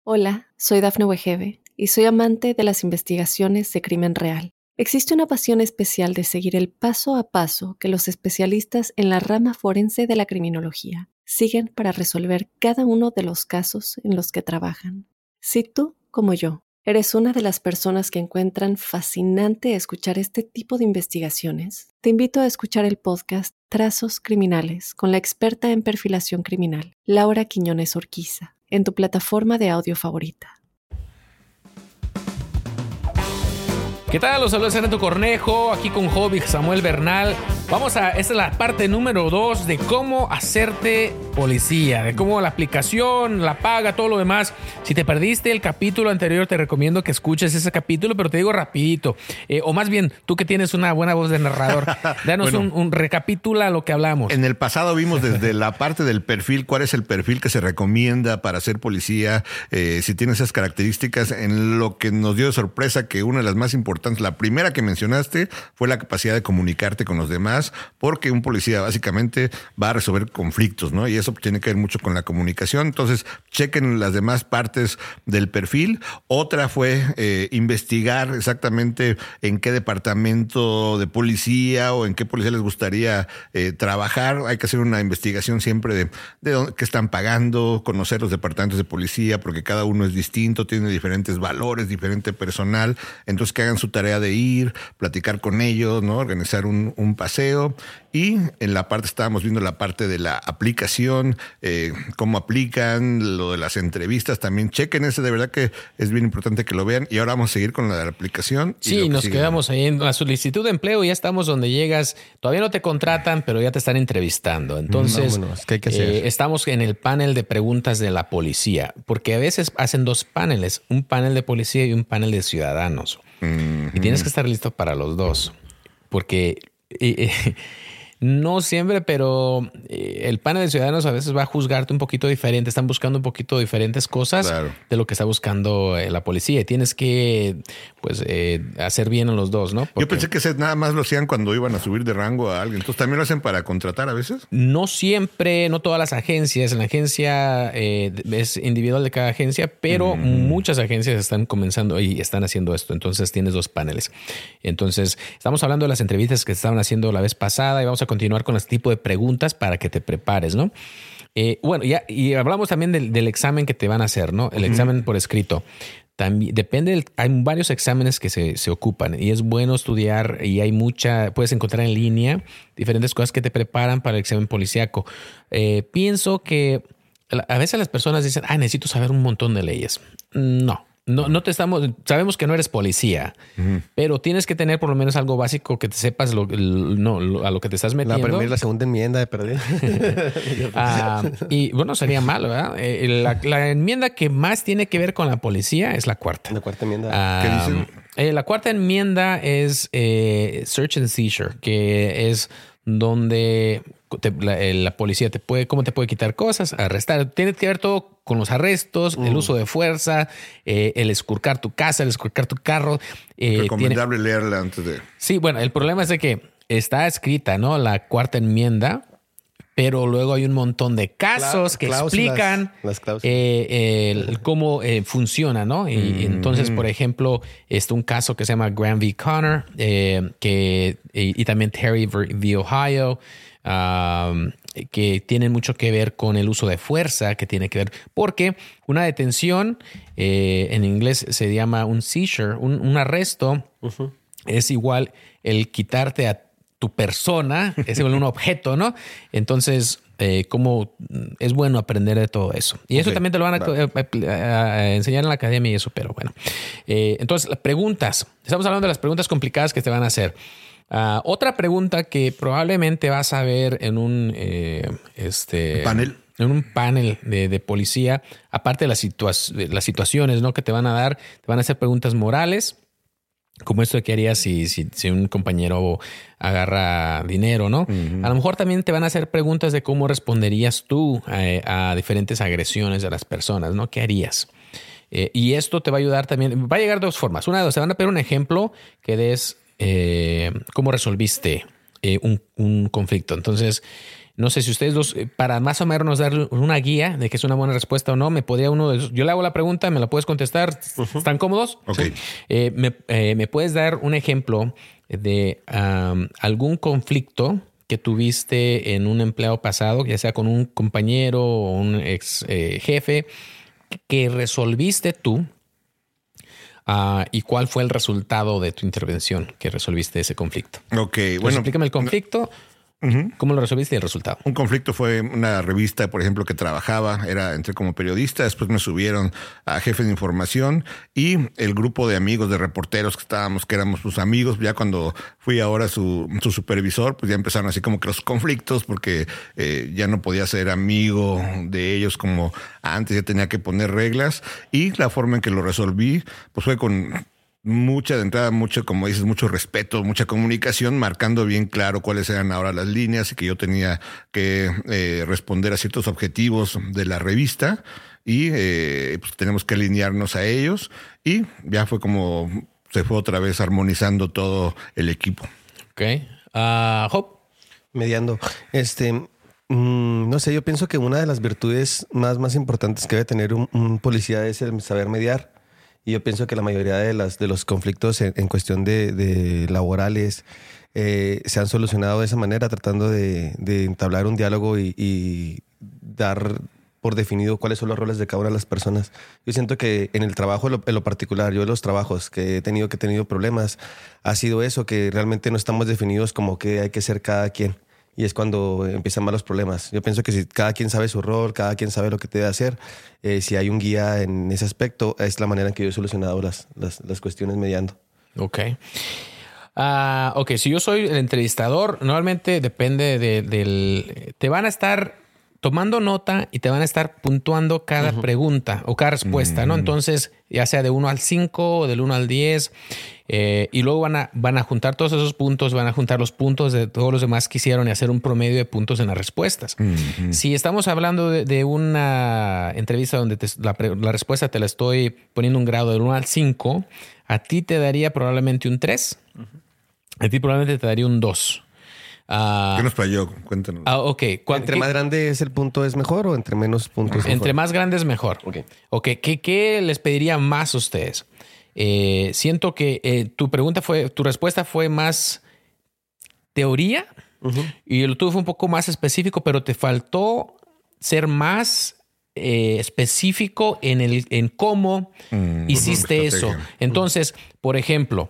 Hola, soy Dafne Wegebe y soy amante de las investigaciones de crimen real. Existe una pasión especial de seguir el paso a paso que los especialistas en la rama forense de la criminología siguen para resolver cada uno de los casos en los que trabajan. Si tú, como yo, eres una de las personas que encuentran fascinante escuchar este tipo de investigaciones, te invito a escuchar el podcast Trazos Criminales con la experta en perfilación criminal, Laura Quiñones Orquiza, en tu plataforma de audio favorita. ¿Qué tal? Los saludos, Ernesto Cornejo, aquí con Hobby Samuel Bernal. Esta es la parte número 2 de cómo hacerte policía, de cómo la aplicación, la paga, todo lo demás. Si te perdiste el capítulo anterior, te recomiendo que escuches ese capítulo, pero te digo rapidito. O más bien, tú que tienes una buena voz de narrador, danos un recapitula lo que hablamos. En el pasado vimos desde la parte del perfil, cuál es el perfil que se recomienda para ser policía, si tiene esas características. En lo que nos dio de sorpresa que una de las más importantes, la primera que mencionaste, fue la capacidad de comunicarte con los demás, porque un policía básicamente va a resolver conflictos, ¿no? Y eso tiene que ver mucho con la comunicación. Entonces, chequen las demás partes del perfil. Otra fue investigar exactamente en qué departamento de policía o en qué policía les gustaría trabajar. Hay que hacer una investigación siempre de qué están pagando, conocer los departamentos de policía, porque cada uno es distinto, tiene diferentes valores, diferente personal. Entonces, que hagan su tarea de ir, platicar con ellos, ¿no? Organizar un paseo. Y en la parte, estábamos viendo la parte de la aplicación, cómo aplican, lo de las entrevistas también. Chequen ese, de verdad que es bien importante que lo vean. Y ahora vamos a seguir con la de la aplicación. Sí, nos quedamos ahí en la solicitud de empleo. Ya estamos donde llegas. Todavía no te contratan, pero ya te están entrevistando. Entonces, ¿qué hay que hacer? Estamos en el panel de preguntas de la policía, porque a veces hacen dos paneles, un panel de policía y un panel de ciudadanos. Y tienes que estar listo para los dos, porque no siempre, pero el panel de ciudadanos a veces va a juzgarte un poquito diferente. Están buscando un poquito diferentes cosas de lo que está buscando la policía. Y tienes que hacer bien a los dos, ¿no? Porque yo pensé que ese nada más lo hacían cuando iban a subir de rango a alguien. Entonces, ¿también lo hacen para contratar a veces? No siempre, no todas las agencias. En la agencia es individual de cada agencia, pero muchas agencias están comenzando y están haciendo esto. Entonces tienes dos paneles. Entonces estamos hablando de las entrevistas que estaban haciendo la vez pasada y vamos a continuar con este tipo de preguntas para que te prepares, ¿no? Y hablamos también del examen que te van a hacer, ¿no? El examen por escrito. También depende, hay varios exámenes que se ocupan y es bueno estudiar y puedes encontrar en línea diferentes cosas que te preparan para el examen policíaco. Pienso que a veces las personas dicen, necesito saber un montón de leyes. Sabemos que no eres policía, pero tienes que tener por lo menos algo básico que te sepas a lo que te estás metiendo. La primera y la segunda enmienda de perder. Y bueno, sería malo, ¿verdad? La enmienda que más tiene que ver con la policía es la cuarta. La cuarta enmienda. ¿Qué dicen? La cuarta enmienda es search and seizure, que es donde la policía cómo te puede quitar cosas, arrestar. Tiene que ver todo con los arrestos, el uso de fuerza, el esculcar tu casa, el esculcar tu carro. Recomendable leerla antes de... Sí, bueno, el problema es de que está escrita, ¿no? La cuarta enmienda, pero luego hay un montón de casos que explican cómo funciona, ¿no? Y entonces, por ejemplo, un caso que se llama Graham v. Connor, y también Terry v. Ohio, que tienen mucho que ver con el uso de fuerza, que tiene que ver, porque una detención, en inglés se llama un seizure, un arresto, es igual el quitarte a tu persona, es igual un objeto, ¿no? Entonces, como es bueno aprender de todo eso. Y eso también te lo van a enseñar en la academia y eso, pero bueno. Entonces, las preguntas. Estamos hablando de las preguntas complicadas que te van a hacer. Otra pregunta que probablemente vas a ver en un panel. En un panel de policía, aparte de las situaciones, ¿no? Que te van a dar, te van a hacer preguntas morales, como esto de qué harías si un compañero agarra dinero, ¿no? A lo mejor también te van a hacer preguntas de cómo responderías tú a diferentes agresiones de las personas, ¿no? ¿Qué harías? Y esto te va a ayudar también. Va a llegar de dos formas. Una de dos, te van a pedir un ejemplo que des cómo resolviste un conflicto. Entonces, No sé si ustedes dos, para más o menos dar una guía de que es una buena respuesta o no, me podría uno de esos. Yo le hago la pregunta, me la puedes contestar. ¿Están cómodos? Ok. Sí. ¿Me puedes dar un ejemplo de algún conflicto que tuviste en un empleado pasado, ya sea con un compañero o un ex jefe, que resolviste tú? ¿Y cuál fue el resultado de tu intervención que resolviste ese conflicto? Ok, Bueno, explícame el conflicto. ¿Cómo lo resolviste y el resultado? Un conflicto fue una revista, por ejemplo, que trabajaba, entré como periodista, después me subieron a jefe de información y el grupo de amigos, de reporteros que éramos sus amigos, ya cuando fui ahora su supervisor, pues ya empezaron así como que los conflictos porque ya no podía ser amigo de ellos como antes, ya tenía que poner reglas y la forma en que lo resolví, pues fue con mucha de entrada, mucho, como dices, mucho respeto, mucha comunicación, marcando bien claro cuáles eran ahora las líneas y que yo tenía que responder a ciertos objetivos de la revista y pues tenemos que alinearnos a ellos y ya fue como se fue otra vez armonizando todo el equipo. Ok. Hope. Mediando. No sé, yo pienso que una de las virtudes más importantes que debe tener un policía es el saber mediar. Y yo pienso que la mayoría de los conflictos en cuestión de laborales se han solucionado de esa manera, tratando de entablar un diálogo y dar por definido cuáles son los roles de cada una de las personas. Yo siento que en el trabajo, en lo particular, yo en los trabajos que he tenido problemas, ha sido eso, que realmente no estamos definidos como que hay que ser cada quien. Y es cuando empiezan más los problemas. Yo pienso que si cada quien sabe su rol, cada quien sabe lo que debe hacer, si hay un guía en ese aspecto, es la manera en que yo he solucionado las cuestiones mediando. Ok. Ok, si yo soy el entrevistador, normalmente depende del... Te van a estar tomando nota y te van a estar puntuando cada pregunta o cada respuesta, ¿no? Entonces, ya sea de 1 al 5 o del 1 al 10, y luego van a juntar todos esos puntos, van a juntar los puntos de todos los demás que hicieron y hacer un promedio de puntos en las respuestas. Si estamos hablando de una entrevista donde la respuesta te la estoy poniendo un grado del 1 al 5, a ti te daría probablemente un 3, a ti probablemente te daría un 2. ¿Qué nos falló? Cuéntanos. Ok. ¿Entre más grande es el punto es mejor o entre menos puntos es mejor? Entre más grande es mejor. Ok. ¿Qué les pediría más a ustedes? Siento que tu respuesta fue más teoría y el tuyo fue un poco más específico, pero te faltó ser más específico en cómo hiciste eso. Entonces, por ejemplo,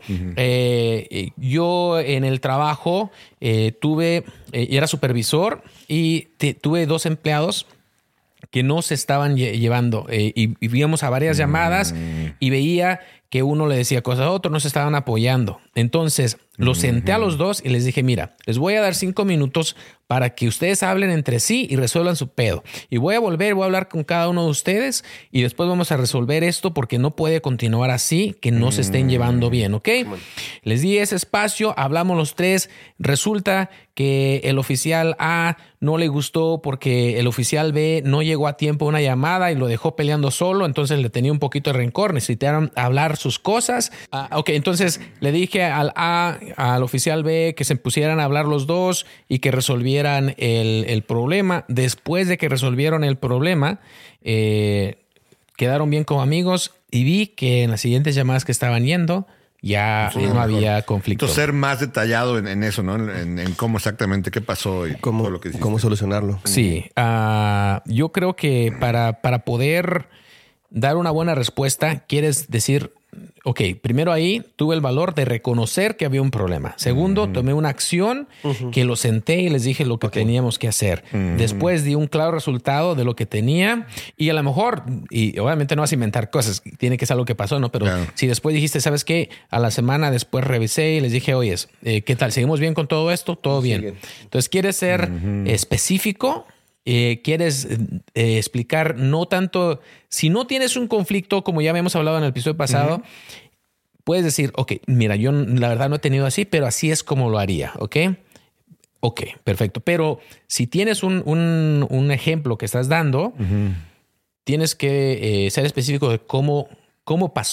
yo en el trabajo era supervisor y tuve 2 empleados que no se estaban llevando y íbamos a varias llamadas y veía que uno le decía cosas a otro, no se estaban apoyando. Entonces, los senté a los 2 y les dije, mira, les voy a dar 5 minutos para que ustedes hablen entre sí y resuelvan su pedo. Y voy a hablar con cada uno de ustedes y después vamos a resolver esto porque no puede continuar así, que no se estén llevando bien, ¿ok? Les di ese espacio, hablamos los 3. Resulta que el oficial A no le gustó porque el oficial B no llegó a tiempo a una llamada y lo dejó peleando solo, entonces le tenía un poquito de rencor, necesitaron hablar sus cosas. Ok, entonces le dije al A, al oficial B, que se pusieran a hablar los 2 y que resolvieran el problema. Después de que resolvieron el problema, quedaron bien como amigos y vi que en las siguientes llamadas que estaban yendo ya no había conflicto. Entonces, ser más detallado en eso, ¿no? En cómo exactamente qué pasó y cómo, todo lo que hiciste. Cómo solucionarlo. Sí. Yo creo que para poder dar una buena respuesta, quieres decir, ok, primero ahí tuve el valor de reconocer que había un problema. Segundo, tomé una acción que lo senté y les dije lo que teníamos que hacer. Después di un claro resultado de lo que tenía y a lo mejor, y obviamente no vas a inventar cosas, tiene que ser algo que pasó, ¿no? Pero si después dijiste, ¿sabes qué? A la semana después revisé y les dije, oye, ¿qué tal? ¿Seguimos bien con todo esto? Todo bien. Entonces, ¿quieres ser específico? Quieres explicar no tanto, si no tienes un conflicto como ya habíamos hablado en el episodio pasado, puedes decir, ok, mira, yo la verdad no he tenido así, pero así es como lo haría, ¿ok? Ok, perfecto. Pero si tienes un ejemplo que estás dando, tienes que ser específico de cómo pasó.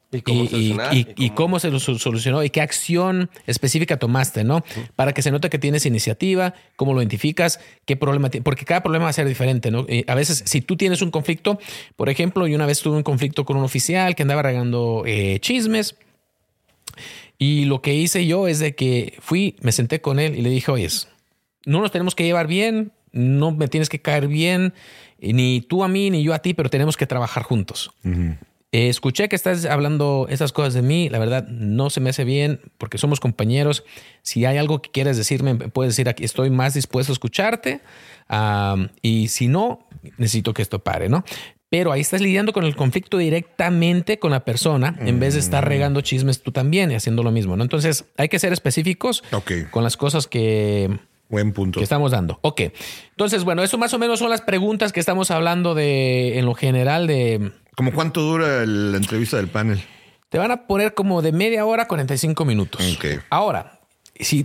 y cómo se lo solucionó y qué acción específica tomaste, ¿no? Para que se note que tienes iniciativa, cómo lo identificas, qué problema tienes, porque cada problema va a ser diferente, ¿no? A veces, si tú tienes un conflicto, por ejemplo, yo una vez tuve un conflicto con un oficial que andaba regando chismes. Y lo que hice yo es de que me senté con él y le dije, oye, no nos tenemos que llevar bien, no me tienes que caer bien, ni tú a mí, ni yo a ti, pero tenemos que trabajar juntos. Escuché que estás hablando esas cosas de mí, la verdad no se me hace bien porque somos compañeros. Si hay algo que quieres decirme, puedes decir aquí, estoy más dispuesto a escucharte. Y si no, necesito que esto pare, ¿no? Pero ahí estás lidiando con el conflicto directamente con la persona en vez de estar regando chismes tú también y haciendo lo mismo, ¿no? Entonces hay que ser específicos con las cosas Buen punto. que estamos dando. Ok. Entonces, bueno, eso más o menos son las preguntas que estamos hablando en lo general de... ¿Cómo cuánto dura la entrevista del panel? Te van a poner como de media hora, 45 minutos. Ok. Ahora, si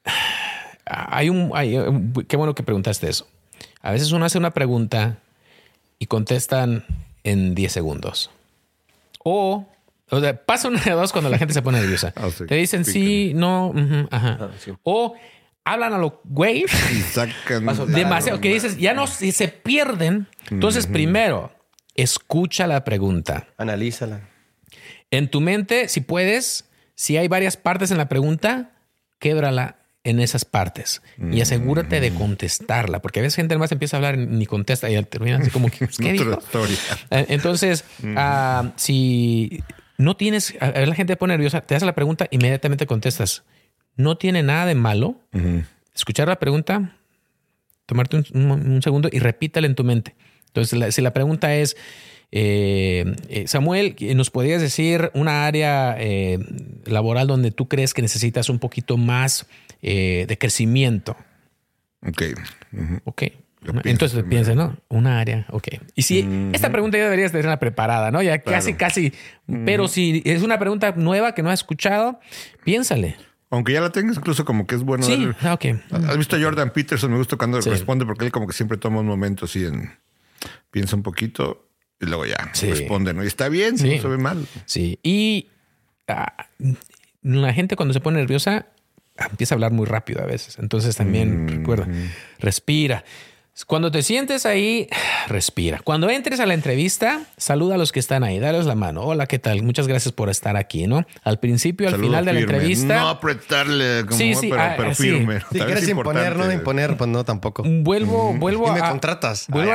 qué bueno que preguntaste eso. A veces uno hace una pregunta y contestan en 10 segundos. O sea, pasa una de dos cuando la gente se pone nerviosa. Sí. Te dicen sí, no, ajá. Sí. O hablan a lo güey. Y sacan demasiado. Que dices, ya no, si se pierden. Entonces, primero, escucha la pregunta. Analízala. En tu mente, si puedes, si hay varias partes en la pregunta, québrala en esas partes y asegúrate de contestarla, porque a veces gente más empieza a hablar y ni contesta y termina así como que, ¿qué dijo? Entonces, si no tienes, a ver, la gente pone nerviosa, te hace la pregunta, inmediatamente contestas. No tiene nada de malo escuchar la pregunta, tomarte un segundo y repítala en tu mente. Entonces, si la pregunta es, Samuel, ¿nos podrías decir una área laboral donde tú crees que necesitas un poquito más de crecimiento? Ok. Ok. Entonces piensa, ¿no? Una área. Ok. Y si esta pregunta ya deberías tenerla preparada, ¿no? Ya casi. Pero si es una pregunta nueva que no has escuchado, piénsale. Aunque ya la tengas, incluso como que es bueno. Sí, ok. ¿Has visto a Jordan Peterson? Me gusta cuando responde porque él como que siempre toma un momento así piensa un poquito y luego ya responde, ¿no? Y está bien, no se ve mal. Sí. Y la gente cuando se pone nerviosa empieza a hablar muy rápido a veces. Entonces también recuerda, respira. Cuando te sientes ahí, respira. Cuando entres a la entrevista, saluda a los que están ahí. Dales la mano. Hola, ¿qué tal? Muchas gracias por estar aquí, ¿no? Al principio, al final de la entrevista. No apretarle como pero firme. Si quieres imponer, no de imponer, pues no tampoco. Vuelvo y me contratas. Vuelvo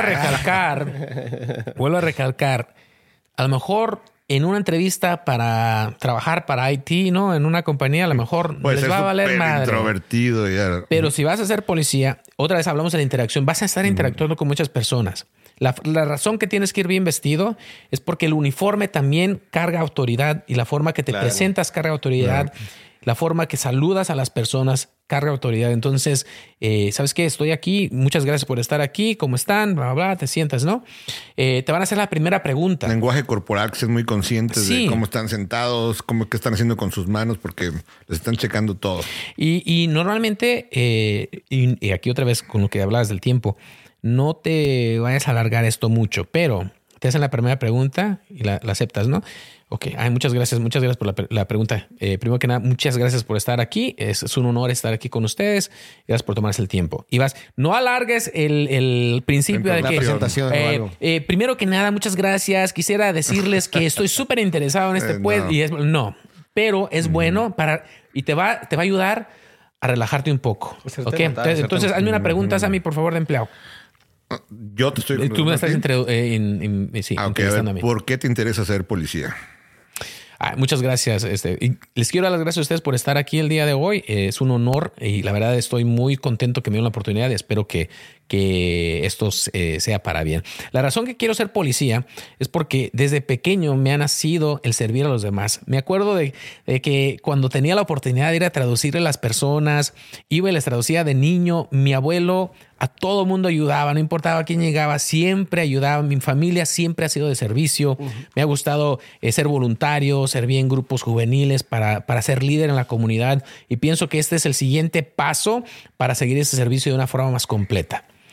a recalcar. A lo mejor en una entrevista para trabajar para IT, ¿no? En una compañía, a lo mejor les va a valer madre. Introvertido ya. Pero si vas a ser policía, otra vez hablamos de la interacción, vas a estar interactuando con muchas personas. La razón que tienes que ir bien vestido es porque el uniforme también carga autoridad y la forma que te presentas carga autoridad. La forma que saludas a las personas carga autoridad. Entonces, ¿sabes qué? Estoy aquí. Muchas gracias por estar aquí. ¿Cómo están? Bla, bla, bla. Te sientas, ¿no? Te van a hacer la primera pregunta. Lenguaje corporal, que es muy consciente de cómo están sentados, qué están haciendo con sus manos, porque les están checando todo. Y normalmente, y aquí otra vez con lo que hablabas del tiempo, no te vayas a alargar esto mucho, pero te hacen la primera pregunta y la aceptas, ¿no? Ok, muchas gracias por la pregunta. Primero que nada, muchas gracias por estar aquí. Es un honor estar aquí con ustedes. Gracias por tomarse el tiempo. Y no alargues el principio de la presentación. Primero que nada, muchas gracias. Quisiera decirles que estoy súper interesado en este pero es bueno y te va a ayudar a relajarte un poco. Okay. Entonces, hazme una pregunta, Sammy, por favor, de empleado. Yo te estoy... Tú me estás entrevistando a mí. ¿Por qué te interesa ser policía? Muchas gracias. Y les quiero dar las gracias a ustedes por estar aquí el día de hoy. Es un honor y la verdad estoy muy contento que me dieron la oportunidad y espero que esto sea para bien. La razón que quiero ser policía es porque desde pequeño me ha nacido el servir a los demás. Me acuerdo de que cuando tenía la oportunidad de ir a traducirle a las personas, iba y les traducía de niño. Mi abuelo a todo mundo ayudaba, no importaba quién llegaba, siempre ayudaba. Mi familia siempre ha sido de servicio. Me ha gustado ser voluntario, servir en grupos juveniles para ser líder en la comunidad y pienso que este es el siguiente paso para seguir ese servicio de una forma más completa.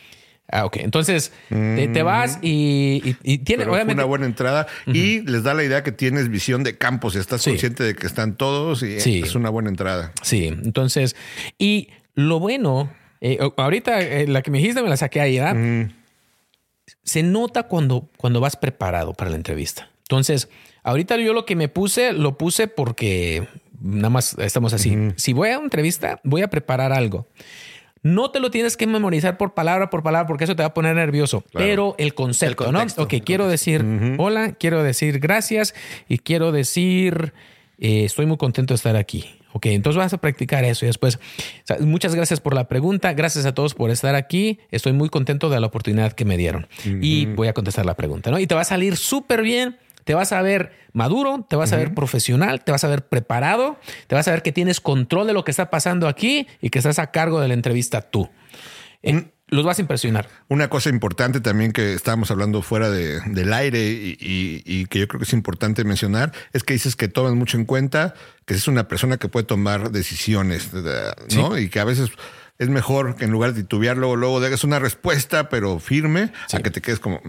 Ok. Entonces, te vas y tiene, Pero obviamente... fue una buena entrada y les da la idea que tienes visión de campo. Si estás consciente de que están todos y es una buena entrada. Sí. Entonces, y lo bueno, ahorita la que me dijiste me la saqué ahí, ¿verdad? Se nota cuando vas preparado para la entrevista. Entonces, ahorita yo lo que lo puse porque nada más estamos así. Si voy a una entrevista, voy a preparar algo. No te lo tienes que memorizar por palabra, porque eso te va a poner nervioso. Claro. Pero el concepto, ¿no? Ok, quiero decir hola, quiero decir gracias y quiero decir estoy muy contento de estar aquí. Ok, entonces vas a practicar eso y después, muchas gracias por la pregunta, gracias a todos por estar aquí, estoy muy contento de la oportunidad que me dieron y voy a contestar la pregunta, ¿no? Y te va a salir súper bien, te vas a ver maduro, te vas a ver profesional, te vas a ver preparado, te vas a ver que tienes control de lo que está pasando aquí y que estás a cargo de la entrevista tú. Los vas a impresionar. Una cosa importante también que estábamos hablando fuera del aire y que yo creo que es importante mencionar es que dices que tomas mucho en cuenta que es una persona que puede tomar decisiones, ¿no? Sí. Y que a veces es mejor que en lugar de titubear luego hagas una respuesta pero firme a que te quedes como...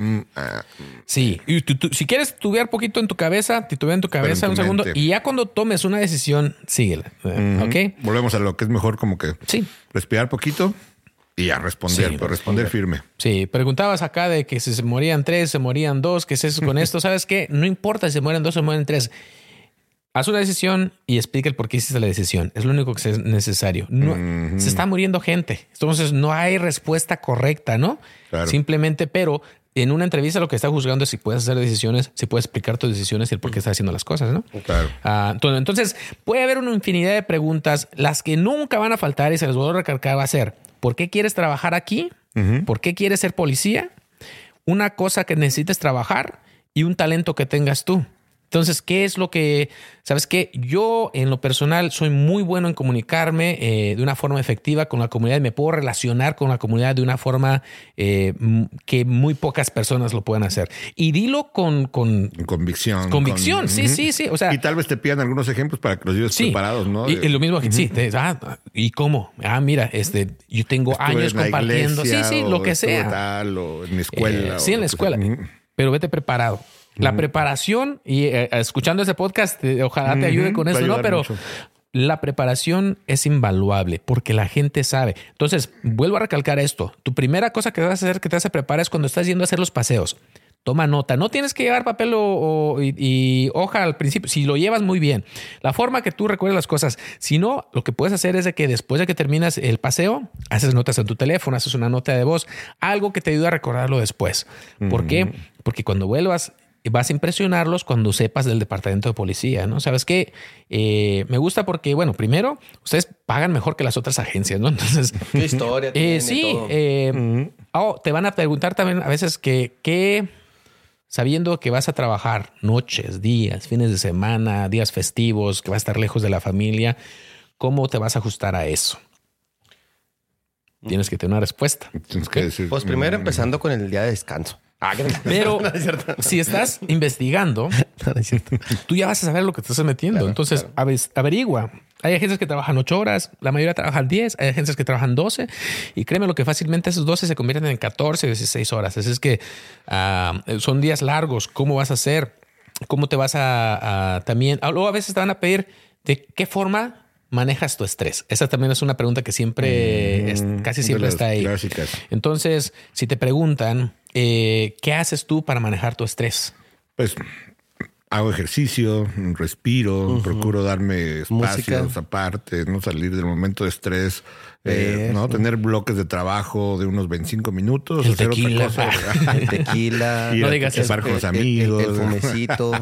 Sí, y si quieres titubear poquito en tu cabeza, titubea en tu cabeza un segundo y ya cuando tomes una decisión, síguela. ¿Ok? Volvemos a lo que es mejor como que respirar poquito. Y a responder, pero responder firme. Sí, preguntabas acá de que si se morían 3, se morían 2, ¿qué es eso con esto? ¿Sabes qué? No importa si se mueren 2 o se mueren 3. Haz una decisión y explica el por qué hiciste la decisión. Es lo único que es necesario. No, se está muriendo gente. Entonces no hay respuesta correcta, ¿no? Claro. Simplemente, pero en una entrevista lo que está juzgando es si puedes hacer decisiones, si puedes explicar tus decisiones y el por qué estás haciendo las cosas, ¿no? Claro. Entonces puede haber una infinidad de preguntas. Las que nunca van a faltar y se les voy a recalcar va a ser: ¿por qué quieres trabajar aquí? ¿Por qué quieres ser policía? Una cosa que necesites trabajar y un talento que tengas tú. Entonces, ¿qué es lo que... ¿Sabes qué? Yo, en lo personal, soy muy bueno en comunicarme de una forma efectiva con la comunidad y me puedo relacionar con la comunidad de una forma que muy pocas personas lo pueden hacer. Y dilo con convicción. Convicción, sí. O sea, y tal vez te pidan algunos ejemplos para que los lleves preparados, ¿no? Y lo mismo que ¿y cómo? Mira, yo tengo años compartiendo. Sí, lo que sea. Tal, o en la escuela. Sí, en la escuela. Pero vete preparado. La preparación, y escuchando ese podcast, ojalá te ayude con eso, ¿no? Pero mucho. La preparación es invaluable porque la gente sabe. Entonces, vuelvo a recalcar esto. Tu primera cosa que vas a hacer, que te vas a preparar, es cuando estás yendo a hacer los paseos. Toma nota. No tienes que llevar papel y hoja al principio. Si lo llevas, muy bien. La forma que tú recuerdas las cosas. Si no, lo que puedes hacer es de que después de que terminas el paseo, haces notas en tu teléfono, haces una nota de voz, algo que te ayude a recordarlo después. ¿Por qué? Porque cuando vuelvas, vas a impresionarlos cuando sepas del departamento de policía, ¿no? ¿Sabes qué? Me gusta porque, bueno, primero, ustedes pagan mejor que las otras agencias, ¿no? Entonces... ¿Qué historia tiene todo? Te van a preguntar también a veces que sabiendo que vas a trabajar noches, días, fines de semana, días festivos, que vas a estar lejos de la familia, ¿cómo te vas a ajustar a eso? Tienes que tener una respuesta. Tienes que decir... Pues primero empezando con el día de descanso. Pero si estás investigando, tú ya vas a saber lo que te estás metiendo. Claro, entonces, averigua. Hay agencias que trabajan 8 horas, la mayoría trabajan 10, hay agencias que trabajan 12 y créeme lo que fácilmente esos 12 se convierten en 14 o 16 horas. Así es que son días largos. ¿Cómo vas a hacer? ¿Cómo te vas a también? Luego a veces te van a pedir de qué forma manejas tu estrés. Esa también es una pregunta que siempre, casi siempre está ahí. Clásicas. Entonces, si te preguntan, ¿qué haces tú para manejar tu estrés? Pues hago ejercicio, respiro, procuro darme espacios aparte, no salir del momento de estrés, no tener bloques de trabajo de unos 25 minutos. El tequila. El tequila. No digas eso. Con los amigos. El fumecito.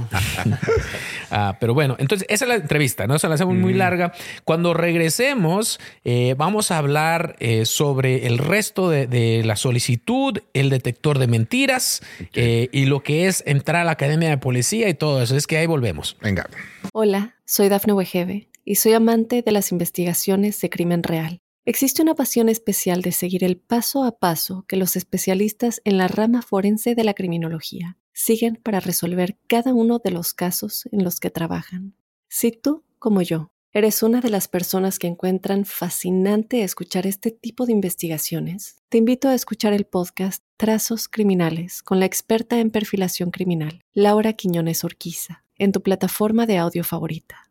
Pero bueno, entonces esa es la entrevista, ¿no? Se la hacemos muy larga. Cuando regresemos, vamos a hablar sobre el resto de la solicitud, el detector de mentiras y lo que es entrar a la Academia de Policía y todo eso. Es que ahí volvemos. Venga. Hola, soy Dafne Wegebe y soy amante de las investigaciones de crimen real. Existe una pasión especial de seguir el paso a paso que los especialistas en la rama forense de la criminología siguen para resolver cada uno de los casos en los que trabajan. Si tú, como yo, ¿Eres una de las personas que encuentran fascinante escuchar este tipo de investigaciones? Te invito a escuchar el podcast Trazos Criminales con la experta en perfilación criminal, Laura Quiñones Orquiza, en tu plataforma de audio favorita.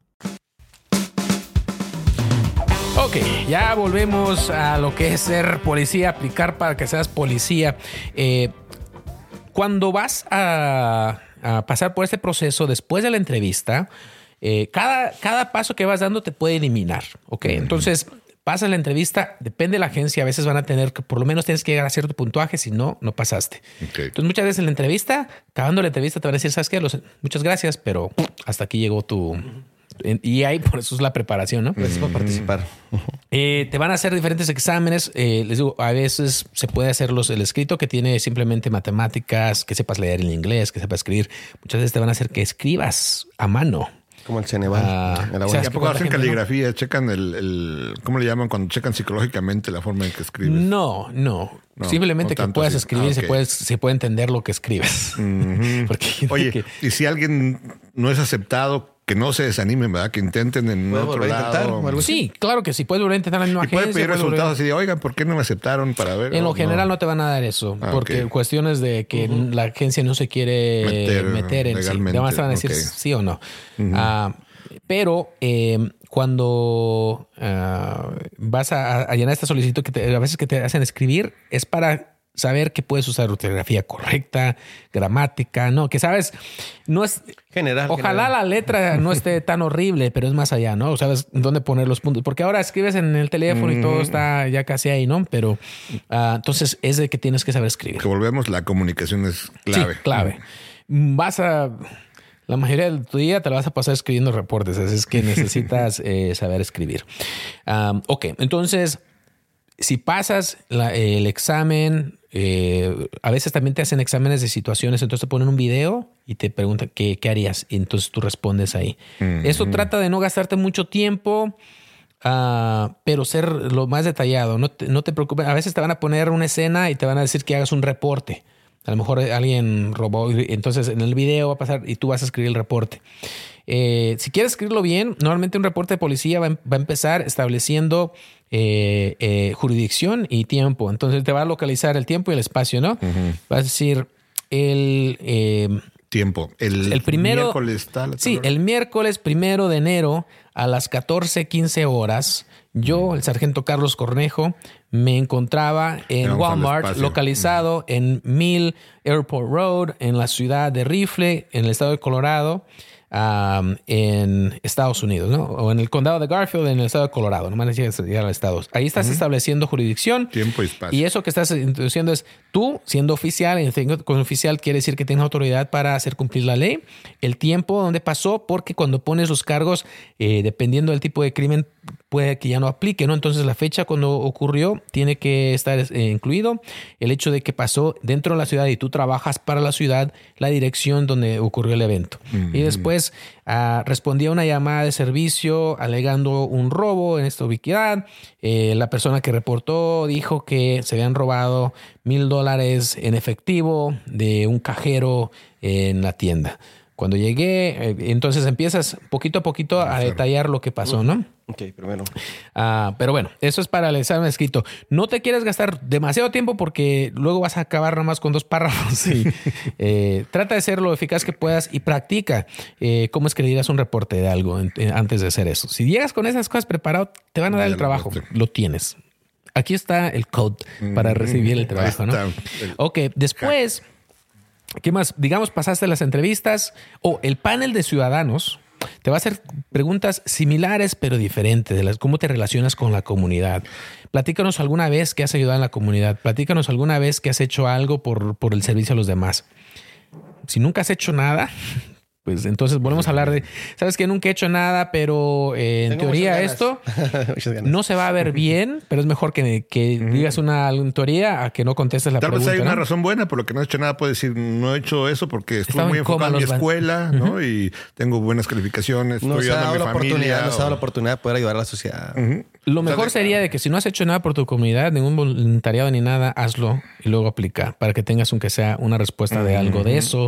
Ok, ya volvemos a lo que es ser policía, aplicar para que seas policía. Cuando vas a pasar por este proceso después de la entrevista, cada paso que vas dando te puede eliminar. Ok, entonces pasas la entrevista, depende de la agencia, a veces van a tener que por lo menos tienes que llegar a cierto puntuaje, si no, no pasaste. Okay. Entonces muchas veces en la entrevista, acabando la entrevista te van a decir, ¿sabes qué? Muchas gracias, pero hasta aquí llegó tu... Y ahí por eso es la preparación, ¿no? Gracias por participar. Te van a hacer diferentes exámenes. Les digo, a veces se puede hacer el escrito que tiene simplemente matemáticas, que sepas leer en inglés, que sepas escribir. Muchas veces te van a hacer que escribas a mano. Como el Ceneval. ¿Y a poco hacen caligrafía? ¿Checan ¿cómo le llaman cuando checan psicológicamente la forma en que escribes? No. Simplemente que puedas escribir, okay. se puede entender lo que escribes. Oye, y si alguien no es aceptado, que no se desanimen, ¿verdad? Que intenten en otro lado. Sí, claro que sí. Puedes volver a intentar en una agencia. Puede pedir resultados así de, oigan, ¿por qué no me aceptaron para ver? En lo general no te van a dar eso. Porque cuestiones de que la agencia no se quiere meter en sí. Te van a decir sí o no. Pero cuando vas a llenar esta solicitud que a veces que te hacen escribir, es para saber que puedes usar ortografía correcta, gramática, ¿no? Que sabes, no es... Ojalá la letra no esté tan horrible, pero es más allá, ¿no? Sabes dónde poner los puntos. Porque ahora escribes en el teléfono y todo está ya casi ahí, ¿no? Pero entonces es de que tienes que saber escribir. Que volvemos, la comunicación es clave. Sí, clave. La mayoría de tu día te la vas a pasar escribiendo reportes, así es que necesitas saber escribir. Ok, entonces, si pasas el examen, a veces también te hacen exámenes de situaciones, entonces te ponen un video y te preguntan qué harías y entonces tú respondes ahí. Esto trata de no gastarte mucho tiempo, pero ser lo más detallado. No te preocupes. A veces te van a poner una escena y te van a decir que hagas un reporte. A lo mejor alguien robó, entonces en el video va a pasar y tú vas a escribir el reporte. Si quieres escribirlo bien, normalmente un reporte de policía va a empezar estableciendo jurisdicción y tiempo. Entonces te va a localizar el tiempo y el espacio, ¿no? Vas a decir tiempo. El primero, miércoles tal. Sí, el miércoles 1 de enero a las 14:15 horas. Yo, el sargento Carlos Cornejo, me encontraba en Walmart, localizado en Mill Airport Road, en la ciudad de Rifle, en el estado de Colorado, en Estados Unidos, ¿no? O en el condado de Garfield, en el estado de Colorado. No me necesitas llegar al estado. Ahí estás estableciendo jurisdicción. Tiempo y espacio. Y eso que estás introduciendo es tú, siendo oficial, y con oficial quiere decir que tienes autoridad para hacer cumplir la ley. El tiempo donde pasó, porque cuando pones los cargos, dependiendo del tipo de crimen, puede que ya no aplique, ¿no? Entonces la fecha cuando ocurrió tiene que estar incluido. El hecho de que pasó dentro de la ciudad y tú trabajas para la ciudad, la dirección donde ocurrió el evento. Y después respondía a una llamada de servicio alegando un robo en esta ubicidad. La persona que reportó dijo que se habían robado $1,000 en efectivo de un cajero en la tienda. Cuando llegué, entonces empiezas poquito a poquito a detallar lo que pasó, ¿no? Ok, primero. Pero bueno, eso es para el examen escrito. No te quieres gastar demasiado tiempo porque luego vas a acabar nomás con 2 párrafos. Y, trata de ser lo eficaz que puedas y practica cómo escribirás un reporte de algo antes de hacer eso. Si llegas con esas cosas preparado, te van a dar el trabajo. Lo tienes. Aquí está el code para recibir el trabajo, ¿no? Ok, después... ¿Qué más? Digamos, pasaste las entrevistas o el panel de ciudadanos te va a hacer preguntas similares pero diferentes de cómo te relacionas con la comunidad. Platícanos alguna vez que has ayudado en la comunidad. Platícanos alguna vez que has hecho algo por el servicio a los demás. Si nunca has hecho nada, pues entonces volvemos a hablar de, sabes que nunca he hecho nada, pero en teoría esto no se va a ver bien, pero es mejor que digas una teoría a que no contestes la pregunta. Tal vez hay una ¿no? razón buena por lo que no he hecho nada. Puedo decir, no he hecho eso porque estuve muy enfocado en mi escuela, ¿no? Y tengo buenas calificaciones. Nos ha dado la oportunidad de poder ayudar a la sociedad. Lo mejor sería de que si no has hecho nada por tu comunidad, ningún voluntariado ni nada, hazlo y luego aplica para que tengas aunque sea una respuesta de algo de eso.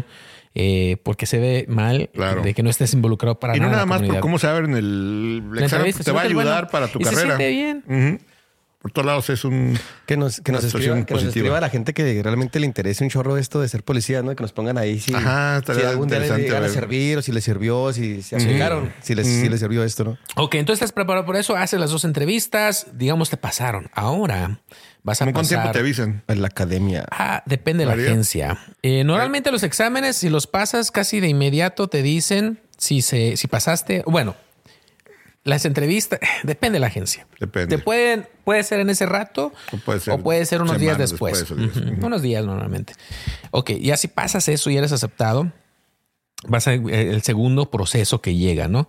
porque se ve mal de que no estés involucrado para nada. Y no nada más por cómo se abre en el examen, te va a ayudar para tu carrera. Se siente bien. Por todos lados es un... Que nos escriba a la gente que realmente le interese un chorro esto de ser policía, ¿no? Que nos pongan ahí si algún día les llegan a servir o si les sirvió, si se aplicaron, si les sirvió esto, ¿no? Ok, entonces estás preparado por eso, haces las 2 entrevistas, digamos te pasaron. Ahora vas a pasar... ¿Cuánto tiempo te avisan? En la academia. Depende de la agencia. Normalmente los exámenes, si los pasas casi de inmediato, te dicen si pasaste... Bueno... Las entrevistas, depende de la agencia. Depende. Puede ser en ese rato o puede ser unos días después. Unos días normalmente. Ok, ya si pasas eso y eres aceptado, vas a el segundo proceso que llega, ¿no?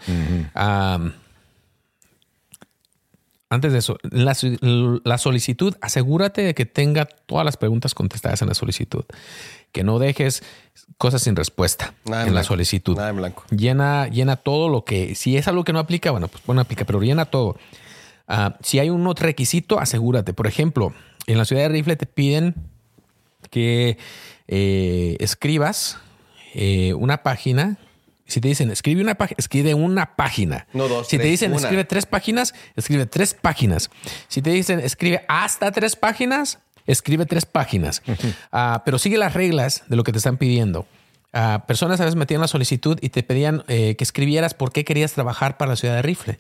Antes de eso, la solicitud, asegúrate de que tenga todas las preguntas contestadas en la solicitud. Que no dejes cosas sin respuesta en la solicitud. Nada en blanco. Llena todo lo que... Si es algo que no aplica, bueno, pues no aplica, pero llena todo. Si hay un otro requisito, asegúrate. Por ejemplo, en la ciudad de Rifle te piden que escribas una página. Si te dicen escribe una página. No 2, si 3, te dicen una. escribe 3 páginas, escribe 3 páginas. Si te dicen escribe hasta 3 páginas, escribe 3 páginas. Pero sigue las reglas de lo que te están pidiendo. Personas a veces metían la solicitud y te pedían que escribieras por qué querías trabajar para la ciudad de Rifle.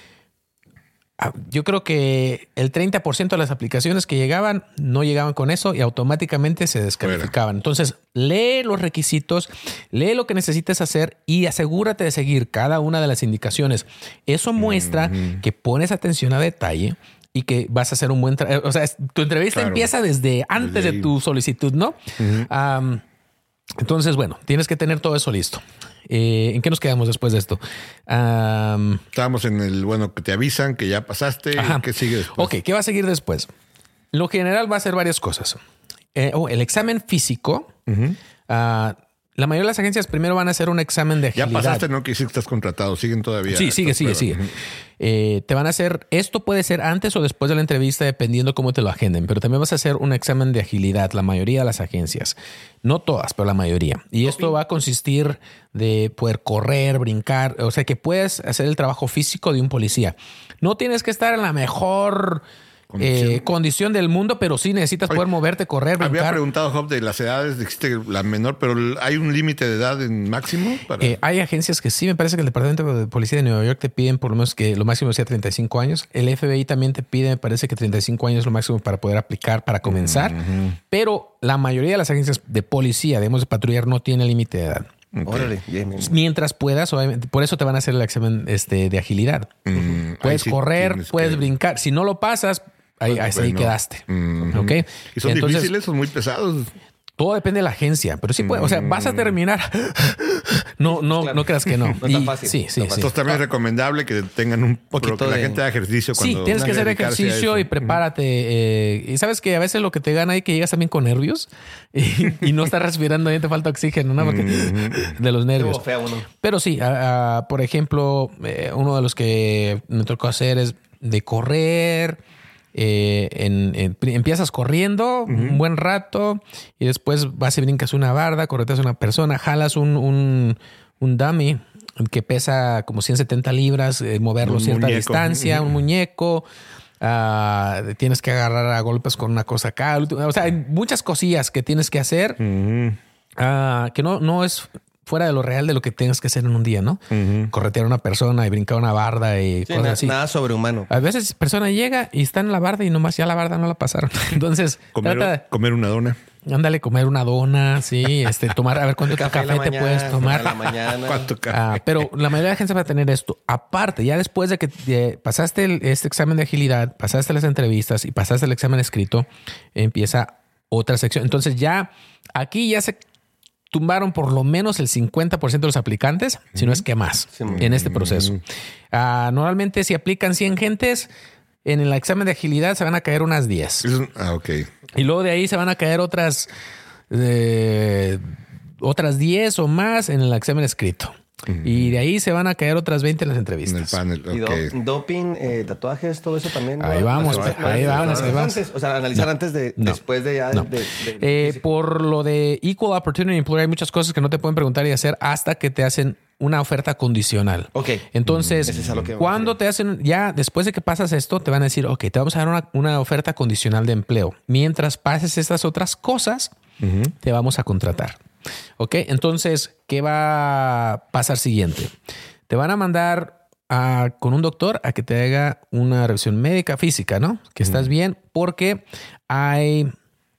Yo creo que el 30% de las aplicaciones que llegaban no llegaban con eso y automáticamente se descalificaban. Entonces, lee los requisitos, lee lo que necesites hacer y asegúrate de seguir cada una de las indicaciones. Eso muestra que pones atención a detalle y que vas a hacer un buen trabajo. O sea, tu entrevista empieza desde antes de tu solicitud, ¿no? Entonces, bueno, tienes que tener todo eso listo. ¿En qué nos quedamos después de esto? Estábamos en el, bueno, que te avisan que ya pasaste. ¿Qué sigue después? Ok, ¿qué va a seguir después? Lo general va a ser varias cosas. El examen físico. La mayoría de las agencias primero van a hacer un examen de agilidad. Ya pasaste, no quiere decir que estás contratado. Siguen todavía. Sí, sigue. Te van a hacer... Esto puede ser antes o después de la entrevista, dependiendo cómo te lo agenden. Pero también vas a hacer un examen de agilidad. La mayoría de las agencias. No todas, pero la mayoría. Y esto va a consistir de poder correr, brincar. O sea, que puedes hacer el trabajo físico de un policía. No tienes que estar en la mejor... condición del mundo, pero sí necesitas poder moverte, correr, brincar. Había preguntado, Job, de las edades, dijiste la menor, pero ¿hay un límite de edad en máximo? Hay agencias que sí, me parece que el Departamento de Policía de Nueva York te piden por lo menos que lo máximo sea 35 años. El FBI también te pide, me parece que 35 años es lo máximo para poder aplicar, para comenzar. Pero la mayoría de las agencias de policía, digamos, de patrullar, no tiene límite de edad. Órale, mientras puedas, obviamente, por eso te van a hacer el examen de agilidad. Puedes correr, puedes brincar. Si no lo pasas, ahí quedaste. ¿Okay? ¿Y son difíciles, son muy pesados? Todo depende de la agencia, pero sí puede. O sea, vas a terminar. No creas que no. No es tan fácil. Sí. Entonces también es recomendable que tengan un poquito que la gente haga ejercicio. Sí, tienes que hacer ejercicio y prepárate. Y sabes que a veces lo que te gana es que llegas también con nervios y no estás respirando y te falta oxígeno, ¿no? Porque de los nervios. Pero sí, por ejemplo, uno de los que me tocó hacer es de correr. Empiezas corriendo un buen rato y después vas y brincas una barda, correteas a una persona, jalas un dummy que pesa como 170 libras, moverlo cierta distancia, un muñeco. Tienes que agarrar a golpes con una cosa acá. O sea, hay muchas cosillas que tienes que hacer que no es fuera de lo real de lo que tengas que hacer en un día, ¿no? Corretear a una persona y brincar una barda y cosas así. Nada sobrehumano. A veces persona llega y está en la barda y nomás ya la barda no la pasaron. Entonces, comer una dona. Ándale, comer una dona, sí. Tomar, a ver cuánto café te puedes tomar. La mañana. ¿Cuánto café? Pero la mayoría de la gente va a tener esto. Aparte, ya después de que pasaste este examen de agilidad, pasaste las entrevistas y pasaste el examen escrito, empieza otra sección. Entonces ya aquí ya se tumbaron por lo menos el 50% de los aplicantes, si no es que más, en este proceso. Normalmente si aplican 100 gentes, en el examen de agilidad se van a caer unas 10. Ok. Y luego de ahí se van a caer otras 10 o más en el examen escrito. Y de ahí se van a caer otras 20 en las En el entrevistas. panel. Y Ok. doping, tatuajes, todo eso también. Ahí vamos, ahí vamos. Antes, o sea, analizar antes de, después de ya. No. Por lo de Equal Opportunity Employer, hay muchas cosas que no te pueden preguntar y hacer hasta que te hacen una oferta condicional. Ok. Entonces, Ese es a lo que cuando te hacen, ya después de que pasas esto, te van a decir, ok, te vamos a dar una oferta condicional de empleo. Mientras pases estas otras cosas, te vamos a contratar. Ok, entonces, ¿qué va a pasar siguiente? Te van a mandar con un doctor a que te haga una revisión médica física, ¿no? Que estás bien, porque hay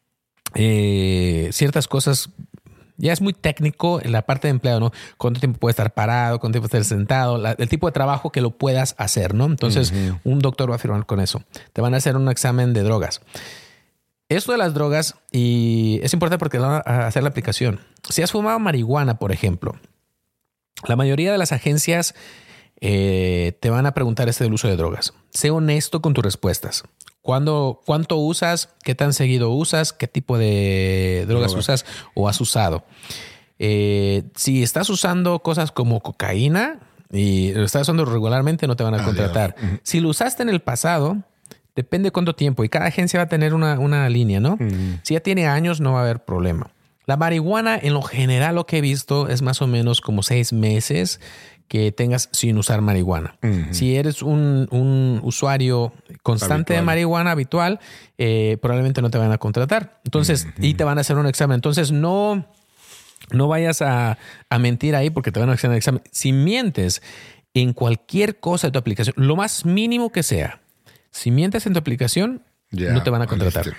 ciertas cosas. Ya es muy técnico en la parte de empleado, ¿no? Cuánto tiempo puede estar parado, cuánto tiempo puede estar sentado, el tipo de trabajo que lo puedas hacer, ¿no? Entonces, un doctor va a firmar con eso. Te van a hacer un examen de drogas. Esto de las drogas, y es importante porque van a hacer la aplicación. Si has fumado marihuana, por ejemplo, la mayoría de las agencias te van a preguntar del uso de drogas. Sé honesto con tus respuestas. ¿Cuánto usas? ¿Qué tan seguido usas? ¿Qué tipo de drogas usas o has usado? Si estás usando cosas como cocaína y lo estás usando regularmente, no te van a contratar. Si lo usaste en el pasado, depende cuánto tiempo. Y cada agencia va a tener una línea, ¿no? Si ya tiene años, no va a haber problema. La marihuana, en lo general, lo que he visto es más o menos como 6 meses que tengas sin usar marihuana. Si eres un usuario constante de marihuana habitual, probablemente no te van a contratar. Entonces, y te van a hacer un examen. Entonces, no vayas a mentir ahí porque te van a hacer un examen. Si mientes en cualquier cosa de tu aplicación, lo más mínimo que sea, si mientes en tu aplicación, no te van a contratar.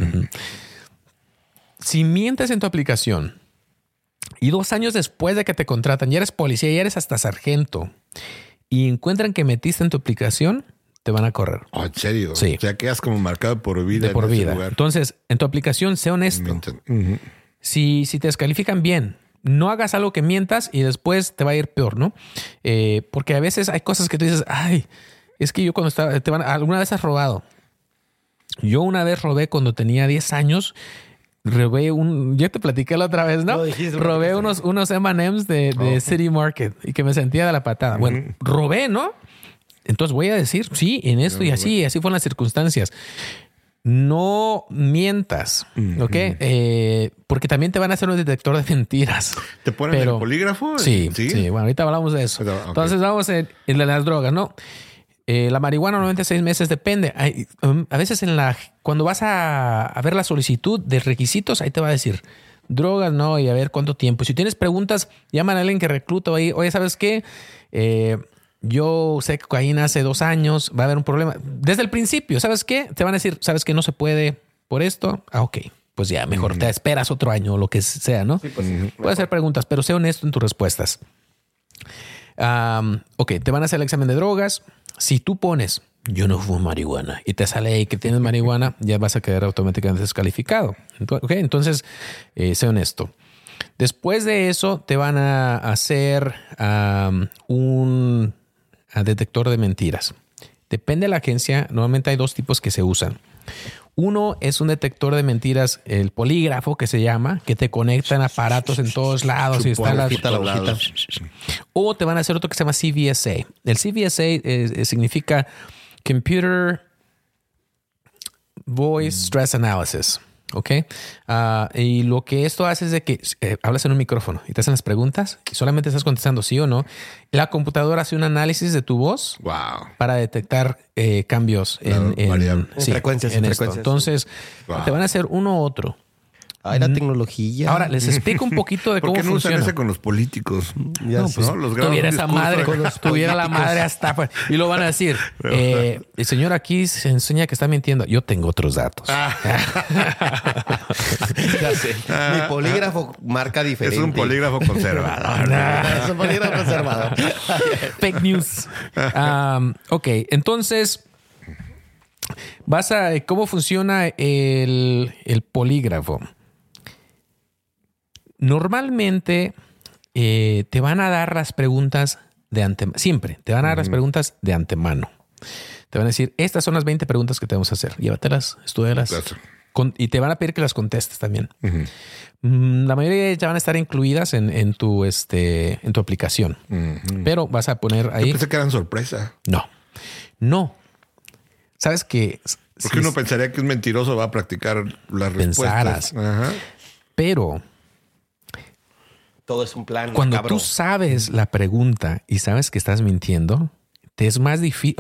Si mientes en tu aplicación y 2 años después de que te contratan, ya eres policía, ya eres hasta sargento, y encuentran que metiste en tu aplicación, te van a correr. Oh, ¿en serio? Sí. O sea, quedas como marcado por vida. De por en ese vida. lugar. Entonces, en tu aplicación, sé honesto. Si te descalifican, bien. No hagas algo que mientas y después te va a ir peor, ¿no? Porque a veces hay cosas que tú dices, ay, es que yo cuando estaba, alguna vez has robado. Yo una vez robé cuando tenía 10 años. Robé ya te platiqué la otra vez, ¿no? Robé unos M&M's de City Market y que me sentía de la patada. Bueno, robé, ¿no? Entonces voy a decir, sí, en esto y así fueron las circunstancias. No mientas, ¿ok? Porque también te van a hacer un detector de mentiras. ¿Te ponen el polígrafo? Sí. Bueno, ahorita hablamos de eso. Okay. Entonces vamos en las drogas, ¿no? La marihuana normalmente 6 meses, depende. A veces cuando vas a ver la solicitud de requisitos, ahí te va a decir drogas, no, y a ver cuánto tiempo. Si tienes preguntas, llaman a alguien que recluta ahí. Oye, ¿sabes qué? Yo usé cocaína hace 2 años, va a haber un problema. Desde el principio, ¿sabes qué? Te van a decir, ¿sabes qué? No se puede por esto. Ok, pues ya, mejor te esperas otro año o lo que sea, ¿no? Sí, pues, puedes hacer preguntas, pero sé honesto en tus respuestas. Ok, te van a hacer el examen de drogas. Si tú pones, yo no fumo marihuana, y te sale ahí que tienes marihuana, ya vas a quedar automáticamente descalificado. Ok, entonces, sé honesto. Después de eso, te van a hacer un detector de mentiras. Depende de la agencia. Normalmente hay 2 tipos que se usan. Uno es un detector de mentiras, el polígrafo que se llama, que te conectan aparatos en todos lados y está la hojita. O te van a hacer otro que se llama CVSA. El CVSA significa Computer Voice Stress Analysis. ¿Ok? Y lo que esto hace es de que hablas en un micrófono y te hacen las preguntas y solamente estás contestando sí o no. La computadora hace un análisis de tu voz para detectar cambios en frecuencias. Entonces, te van a hacer uno u otro. Ay, la tecnología. Ahora, les explico un poquito de cómo funciona. ¿Por qué no usan ese con los políticos? Tuviera esa madre, tuviera la madre hasta... Y lo van a decir. El señor aquí se enseña que está mintiendo. Yo tengo otros datos. Ya sé. Mi polígrafo marca diferente. Es un polígrafo conservador. Es un polígrafo conservador. Fake news. Ok, entonces... ¿Cómo funciona el polígrafo? Normalmente te van a dar las preguntas de antemano. Siempre te van a dar las preguntas de antemano. Te van a decir, estas son las 20 preguntas que te vamos a hacer. Llévatelas, estúdialas. y te van a pedir que las contestes también. La mayoría ya van a estar incluidas en tu aplicación. Pero vas a poner ahí. Yo pensé que eran sorpresa. No. ¿Sabes qué? Porque uno pensaría que un mentiroso va a practicar las respuestas. Ajá. Pero todo es un plan. Cuando cabrón. tú sabes la pregunta y sabes que estás mintiendo, te es más difícil.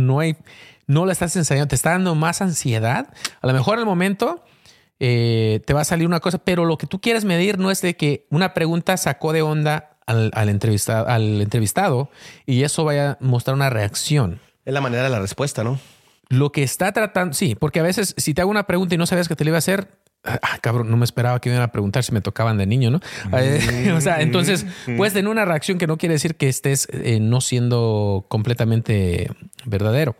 No la estás ensayando, te está dando más ansiedad. A lo mejor en el momento te va a salir una cosa, pero lo que tú quieres medir no es de que una pregunta sacó de onda al entrevistado y eso vaya a mostrar una reacción. Es la manera de la respuesta, ¿no? Lo que está tratando, sí, porque a veces si te hago una pregunta y no sabías que te la iba a hacer, cabrón, no me esperaba que me iban a preguntar si me tocaban de niño, ¿no? O sea, entonces puedes tener una reacción que no quiere decir que estés no siendo completamente verdadero.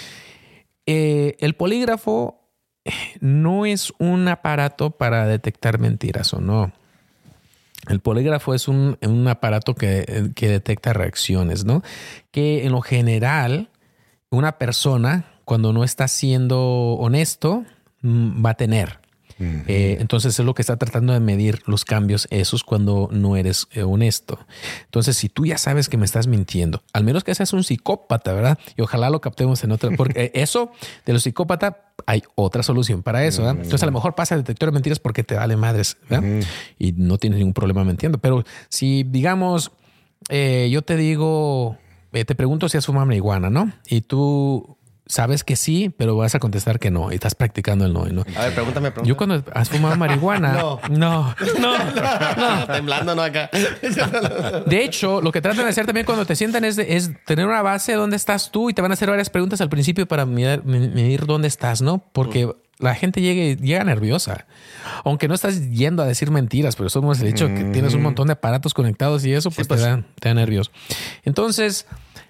El polígrafo no es un aparato para detectar mentiras o no. El polígrafo es un aparato que detecta reacciones, ¿no? Que en lo general, una persona, cuando no está siendo honesto, va a tener. Entonces es lo que está tratando de medir los cambios esos cuando no eres honesto. Entonces, si tú ya sabes que me estás mintiendo, al menos que seas un psicópata, ¿verdad? Y ojalá lo captemos en otra, porque eso de los psicópatas hay otra solución para eso, ¿verdad? Entonces a lo mejor pasa el detector de mentiras porque te vale madres, ¿verdad? Y no tienes ningún problema mintiendo. Pero si, digamos, yo te digo, te pregunto si has fumado marihuana, ¿no? Y tú sabes que sí, pero vas a contestar que no. Y estás practicando el no. A ver, pregúntame. Yo cuando has fumado marihuana... No. Temblando, ¿no? Acá. De hecho, lo que tratan de hacer también cuando te sientan es tener una base de dónde estás tú y te van a hacer varias preguntas al principio para medir dónde estás, ¿no? Porque la gente llega nerviosa. Aunque no estás yendo a decir mentiras, pero eso hemos dicho que tienes un montón de aparatos conectados y eso pues, te da nervios. Entonces...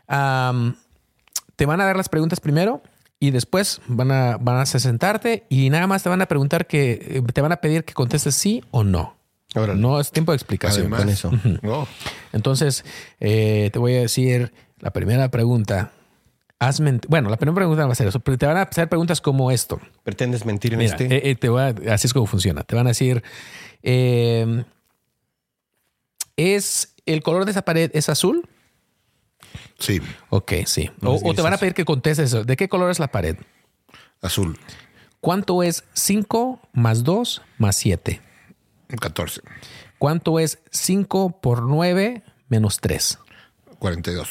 te van a dar las preguntas primero y después van a sentarte y nada más te van a preguntar te van a pedir que contestes sí o no. Órale. No es tiempo de explicación. Además, con eso. no. Entonces, te voy a decir la primera pregunta. Bueno, la primera pregunta va a ser eso, pero te van a hacer preguntas como esto. ¿Pretendes mentir en Mira, así es como funciona. Te van a decir, ¿es el color de esa pared es azul? Sí. Ok, sí. O te van a pedir que contestes eso. ¿De qué color es la pared? Azul. ¿Cuánto es 5 más 2 más 7? 14. ¿Cuánto es 5 por 9 menos 3? 42.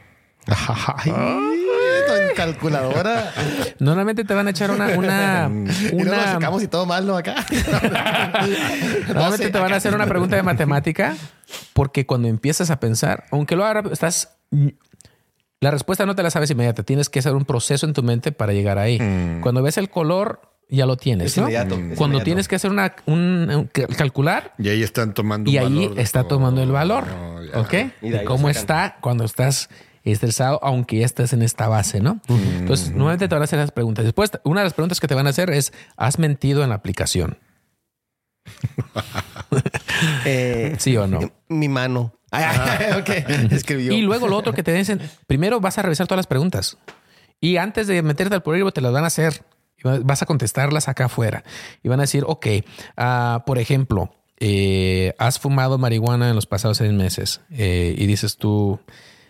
En calculadora. Normalmente te van a echar una Y luego lo sacamos y todo mal, ¿no? Acá. Normalmente te van a hacer una pregunta de matemática porque cuando empiezas a pensar, aunque lo hagas, la respuesta no te la sabes inmediata. Tienes que hacer un proceso en tu mente para llegar ahí. Cuando ves el color, ya lo tienes, Es ¿no? inmediato. Cuando inmediato. tienes que hacer calcular, Y ahí están tomando y un ahí valor. está tomando el valor. ya. ¿Ok? Y de ahí ¿Cómo lo sacan. está cuando estás estresado, aunque ya estés en esta base, ¿no? Entonces, nuevamente te van a hacer las preguntas. Después, una de las preguntas que te van a hacer es, ¿has mentido en la aplicación? ¿Sí o no? Mi mano. Ok. Escribió. Y luego lo otro que te dicen, primero vas a revisar todas las preguntas. Y antes de meterte al polígrafo te las van a hacer. Y vas a contestarlas acá afuera. Y van a decir, ok, por ejemplo, ¿has fumado marihuana en los pasados 6 meses? Y dices tú...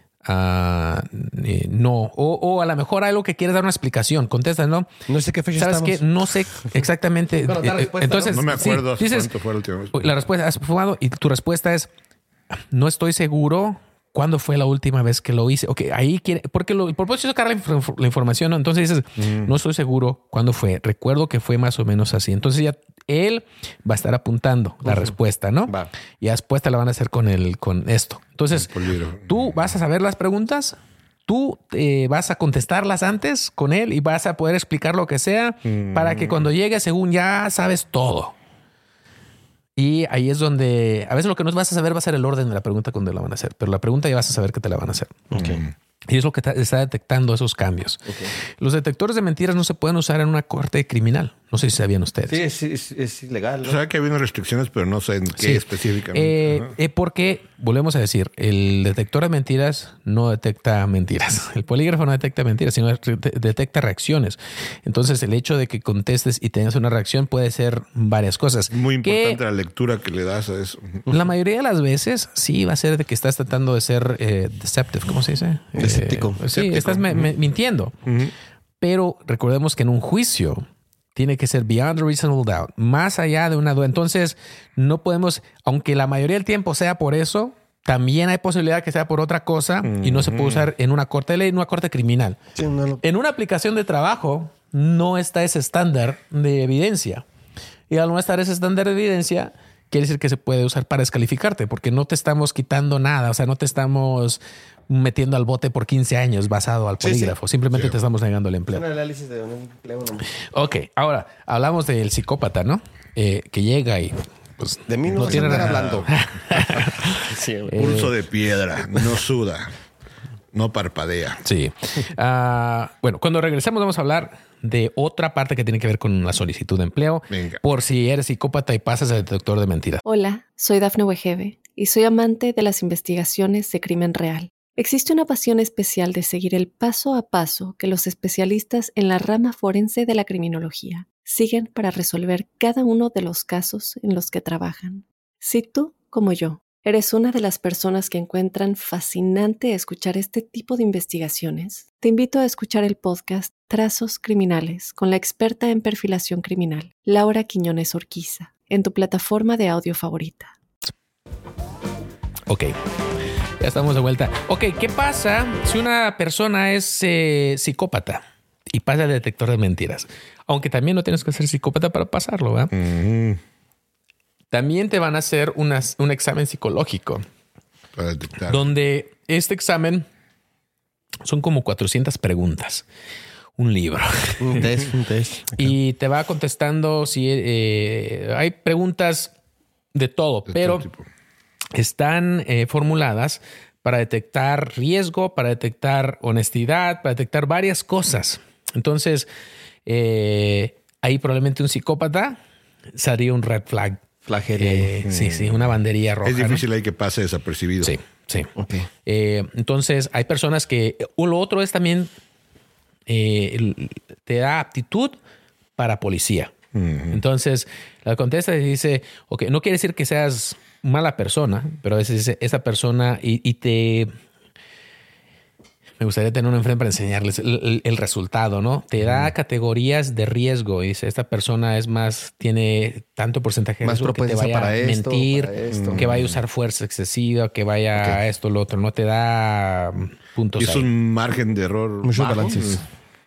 no. O a lo mejor hay algo que quieres dar una explicación. Contestas, ¿no? No sé qué fecha ¿Sabes estamos. qué? No sé exactamente. Bueno, la respuesta, entonces, No me acuerdo sí, dices, cuánto fue la última vez. la respuesta, ¿has fumado? Y tu respuesta es, no estoy seguro cuándo fue la última vez que lo hice. Ok, ahí quiere, porque el propósito es sacar la información, ¿no? Entonces dices, no estoy seguro cuándo fue. Recuerdo que fue más o menos así. Entonces ya él va a estar apuntando la respuesta, ¿no? Va. Y después te la van a hacer con esto. Entonces, polígrafo. tú vas a saber las preguntas. Tú vas a contestarlas antes con él y vas a poder explicar lo que sea para que cuando llegue, según ya sabes todo. Y ahí es donde a veces lo que no vas a saber va a ser el orden de la pregunta cuando la van a hacer, pero la pregunta ya vas a saber que te la van a hacer. Okay. Y es lo que está detectando esos cambios. Okay. Los detectores de mentiras no se pueden usar en una corte criminal. No sé si sabían ustedes. Sí, es ilegal, ¿no? O sea que había unas restricciones, pero no sé en qué específicamente. Porque, volvemos a decir, el detector de mentiras no detecta mentiras. El polígrafo no detecta mentiras, sino detecta reacciones. Entonces, el hecho de que contestes y tengas una reacción puede ser varias cosas. Muy importante la lectura que le das a eso. La mayoría de las veces sí va a ser de que estás tratando de ser deceptive. ¿Cómo se dice? Escéptico. Sí, estás mintiendo. Pero recordemos que en un juicio tiene que ser beyond a reasonable doubt, más allá de una duda. Entonces, no podemos, aunque la mayoría del tiempo sea por eso, también hay posibilidad que sea por otra cosa y no se puede usar en una corte de ley, en una corte criminal. Sí, En una aplicación de trabajo no está ese estándar de evidencia. Y al no estar ese estándar de evidencia, quiere decir que se puede usar para descalificarte, porque no te estamos quitando nada. O sea, no te estamos metiendo al bote por 15 años basado al polígrafo. Simplemente te estamos negando el empleo. Un análisis de un empleo. No. Ok, ahora hablamos del psicópata, ¿no? Que llega y pues de mí no tiene nada nada hablando. Sí, pulso de piedra, no suda, no parpadea. Sí. Bueno, cuando regresemos vamos a hablar de otra parte que tiene que ver con la solicitud de empleo. Venga. Por si eres psicópata y pasas al detector de mentiras. Hola, soy Dafne Wegebe y soy amante de las investigaciones de crimen real. Existe una pasión especial de seguir el paso a paso que los especialistas en la rama forense de la criminología siguen para resolver cada uno de los casos en los que trabajan. Si tú, como yo, eres una de las personas que encuentran fascinante escuchar este tipo de investigaciones, te invito a escuchar el podcast Trazos Criminales con la experta en perfilación criminal, Laura Quiñones Orquiza, en tu plataforma de audio favorita. Ok. Ya estamos de vuelta. Ok, ¿qué pasa si una persona es psicópata y pasa el detector de mentiras? Aunque también no tienes que ser psicópata para pasarlo, ¿verdad? También te van a hacer un examen psicológico. Para detectar. Donde este examen son como 400 preguntas. Un libro. Un test. Y te va contestando si hay preguntas de todo, pero todo tipo. Están formuladas para detectar riesgo, para detectar honestidad, para detectar varias cosas. Entonces, ahí probablemente un psicópata sería un red flag. Flagelo. Sí, una banderilla roja. Es difícil ¿no? ahí que pase desapercibido. Sí. Okay. Entonces, hay personas que... Lo otro es también... te da aptitud para policía. Entonces, la contesta y dice... Ok, no quiere decir que seas mala persona, pero a veces dice esa persona y te... Me gustaría tener uno enfrente para enseñarles el resultado, ¿no? Te da categorías de riesgo. Y dice, esta persona es más, tiene tanto porcentaje de más riesgo que te vaya para a esto, mentir, para esto. que vaya a usar fuerza excesiva, que vaya a esto, lo otro. No te da puntos Y es ahí. un margen de error. Muchos bajo. balances.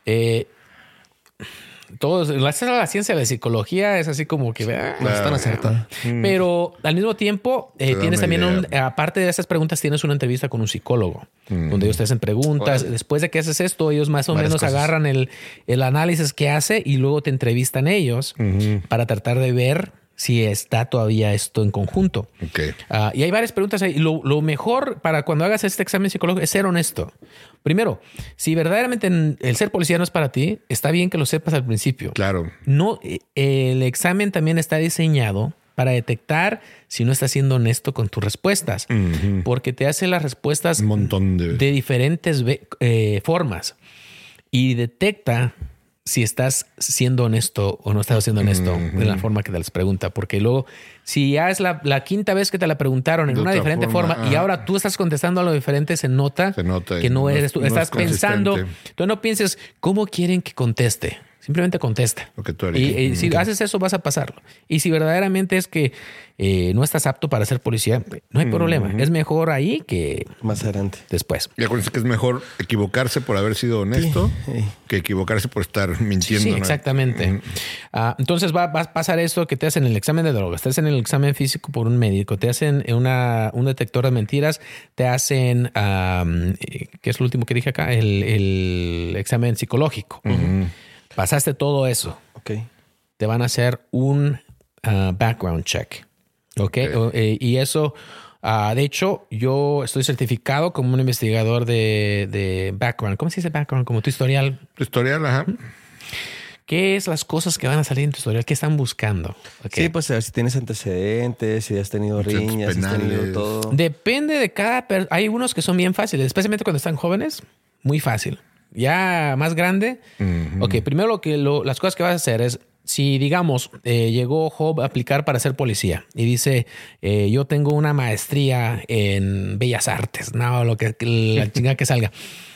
Todos, la ciencia de la psicología es así como que No están acertadas. pero al mismo tiempo da tienes una también idea. aparte de esas preguntas tienes una entrevista con un psicólogo donde ellos te hacen preguntas. Órale. Después de que haces esto, ellos más o Varias menos cosas. agarran el análisis que hace y luego te entrevistan ellos para tratar de ver si está todavía esto en conjunto. Ok. Y hay varias preguntas ahí. Lo mejor para cuando hagas este examen psicológico es ser honesto. Primero, si verdaderamente el ser policía no es para ti, está bien que lo sepas al principio. Claro. No, el examen también está diseñado para detectar si no estás siendo honesto con tus respuestas, porque te hace las respuestas Un montón de... diferentes formas y detecta si estás siendo honesto o no estás siendo honesto de la forma que te las pregunta. Porque luego, si ya es la quinta vez que te la preguntaron en De una otra diferente forma y ajá. ahora tú estás contestando a lo diferente, se nota Se nota que y no eres tú. no es Estás pensando, consistente. tú no pienses cómo quieren que conteste. Simplemente contesta. Lo que tú harías. Y si haces eso, vas a pasarlo. Y si verdaderamente es que no estás apto para ser policía, no hay problema. Es mejor ahí que Más adelante. después. Y acuérdense que es mejor equivocarse por haber sido honesto Sí. que equivocarse por estar mintiendo. Sí, ¿no? exactamente. Entonces va a pasar esto que te hacen el examen de drogas, te hacen el examen físico por un médico, te hacen un detector de mentiras, te hacen, ¿qué es lo último que dije acá? El examen psicológico. Pasaste todo eso. Ok. Te van a hacer un background check. ¿Ok? Y eso, de hecho, yo estoy certificado como un investigador de background. ¿Cómo se dice background? Como tu historial. Tu historial, ajá. ¿Qué es las cosas que van a salir en tu historial? ¿Qué están buscando? Sí, pues a ver si tienes antecedentes, si has tenido riñas, si has tenido todo. Depende de cada... Hay unos que son bien fáciles, especialmente cuando están jóvenes. Muy fácil. Ya más grande. Ok, primero las cosas que vas a hacer es... Si, digamos, llegó Job a aplicar para ser policía y dice, yo tengo una maestría en Bellas Artes, no, la chingada que salga.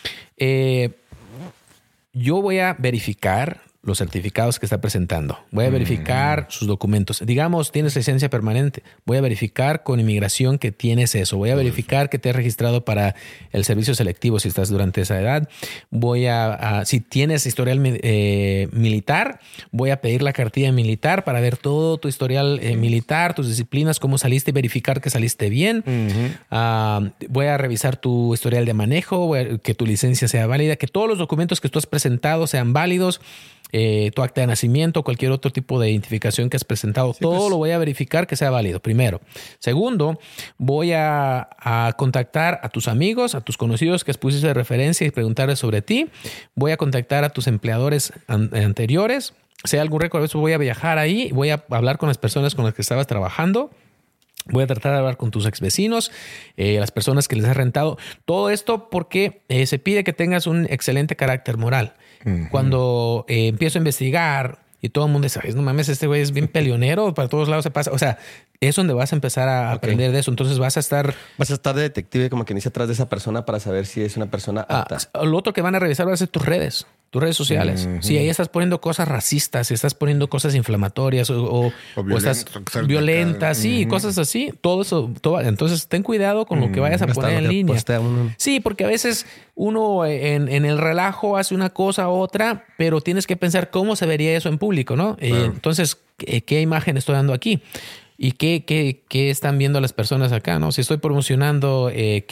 Yo voy a verificar los certificados que está presentando. Voy a verificar sus documentos. Digamos, tienes licencia permanente. Voy a verificar con inmigración que tienes eso. Voy a verificar que te has registrado para el servicio selectivo si estás durante esa edad. Si tienes historial militar, voy a pedir la cartilla militar para ver todo tu historial militar, tus disciplinas, cómo saliste y verificar que saliste bien. Voy a revisar tu historial de manejo, que tu licencia sea válida, que todos los documentos que tú has presentado sean válidos. Tu acta de nacimiento, cualquier otro tipo de identificación que has presentado, sí, todo lo voy a verificar que sea válido, primero. Segundo, voy a contactar a tus amigos, a tus conocidos que pusiste de referencia y preguntarles sobre ti. Voy a contactar a tus empleadores anteriores. Si hay algún récord, eso voy a viajar ahí, voy a hablar con las personas con las que estabas trabajando. Voy a tratar de hablar con tus ex vecinos, las personas que les has rentado. Todo esto porque se pide que tengas un excelente carácter moral. Cuando empiezo a investigar y todo el mundo dice, no mames, este güey es bien peleonero, para todos lados se pasa. O sea, es donde vas a empezar a aprender de eso. Entonces vas a estar de detective, como que inicia atrás de esa persona para saber si es una persona apta. Lo otro que van a revisar va a ser tus redes sociales. Si ahí estás poniendo cosas racistas, si estás poniendo cosas inflamatorias o estás violentas, sí, cosas así, todo eso. Entonces ten cuidado con lo que vayas a poner en línea. Sí, porque a veces uno en el relajo hace una cosa u otra, pero tienes que pensar cómo se vería eso en público, ¿no? Entonces, ¿qué imagen estoy dando aquí? ¿Y qué están viendo las personas acá, no? Si estoy promocionando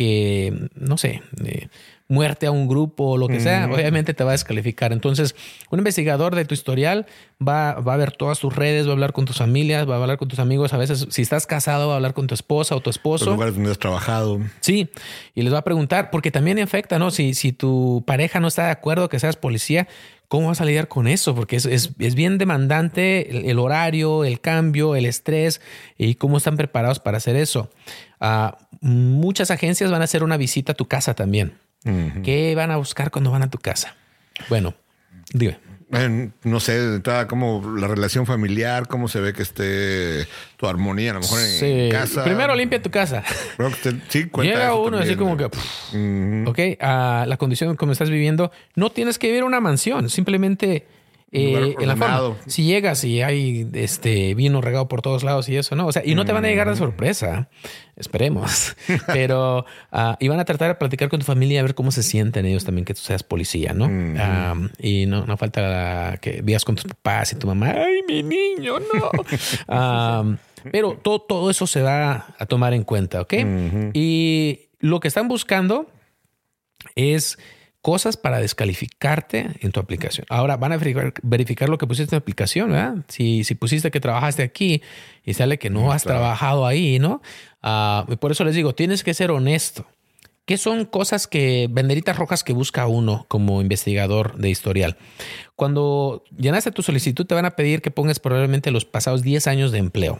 muerte a un grupo o lo que sea, obviamente te va a descalificar. Entonces, un investigador de tu historial va a ver todas tus redes, va a hablar con tus familias, va a hablar con tus amigos. A veces, si estás casado, va a hablar con tu esposa o tu esposo. Los lugares donde has trabajado. Sí, y les va a preguntar, porque también afecta, ¿no? Si tu pareja no está de acuerdo que seas policía, ¿cómo vas a lidiar con eso? Porque es bien demandante el horario, el cambio, el estrés y cómo están preparados para hacer eso. Muchas agencias van a hacer una visita a tu casa también. ¿Qué van a buscar cuando van a tu casa? Bueno, dime. No sé, como la relación familiar, cómo se ve que esté tu armonía, a lo mejor en casa. Primero limpia tu casa. Sí, llega uno así como que... la condición como estás viviendo, no tienes que vivir en una mansión, simplemente... en la forma. Si llegas y hay vino regado por todos lados y eso, ¿no? O sea, y no te van a llegar de sorpresa. Esperemos. Pero y van a tratar de platicar con tu familia a ver cómo se sienten ellos también que tú seas policía, ¿no? Y no falta que vivas con tus papás y tu mamá. ¡Ay, mi niño! ¡No! Pero todo eso se va a tomar en cuenta, ¿ok? Y lo que están buscando es... cosas para descalificarte en tu aplicación. Ahora van a verificar lo que pusiste en tu aplicación, ¿verdad? Si pusiste que trabajaste aquí y sale que no has trabajado ahí, ¿no? Por eso les digo, tienes que ser honesto. ¿Qué son cosas banderitas rojas que busca uno como investigador de historial? Cuando llenaste tu solicitud te van a pedir que pongas probablemente los pasados 10 años de empleo.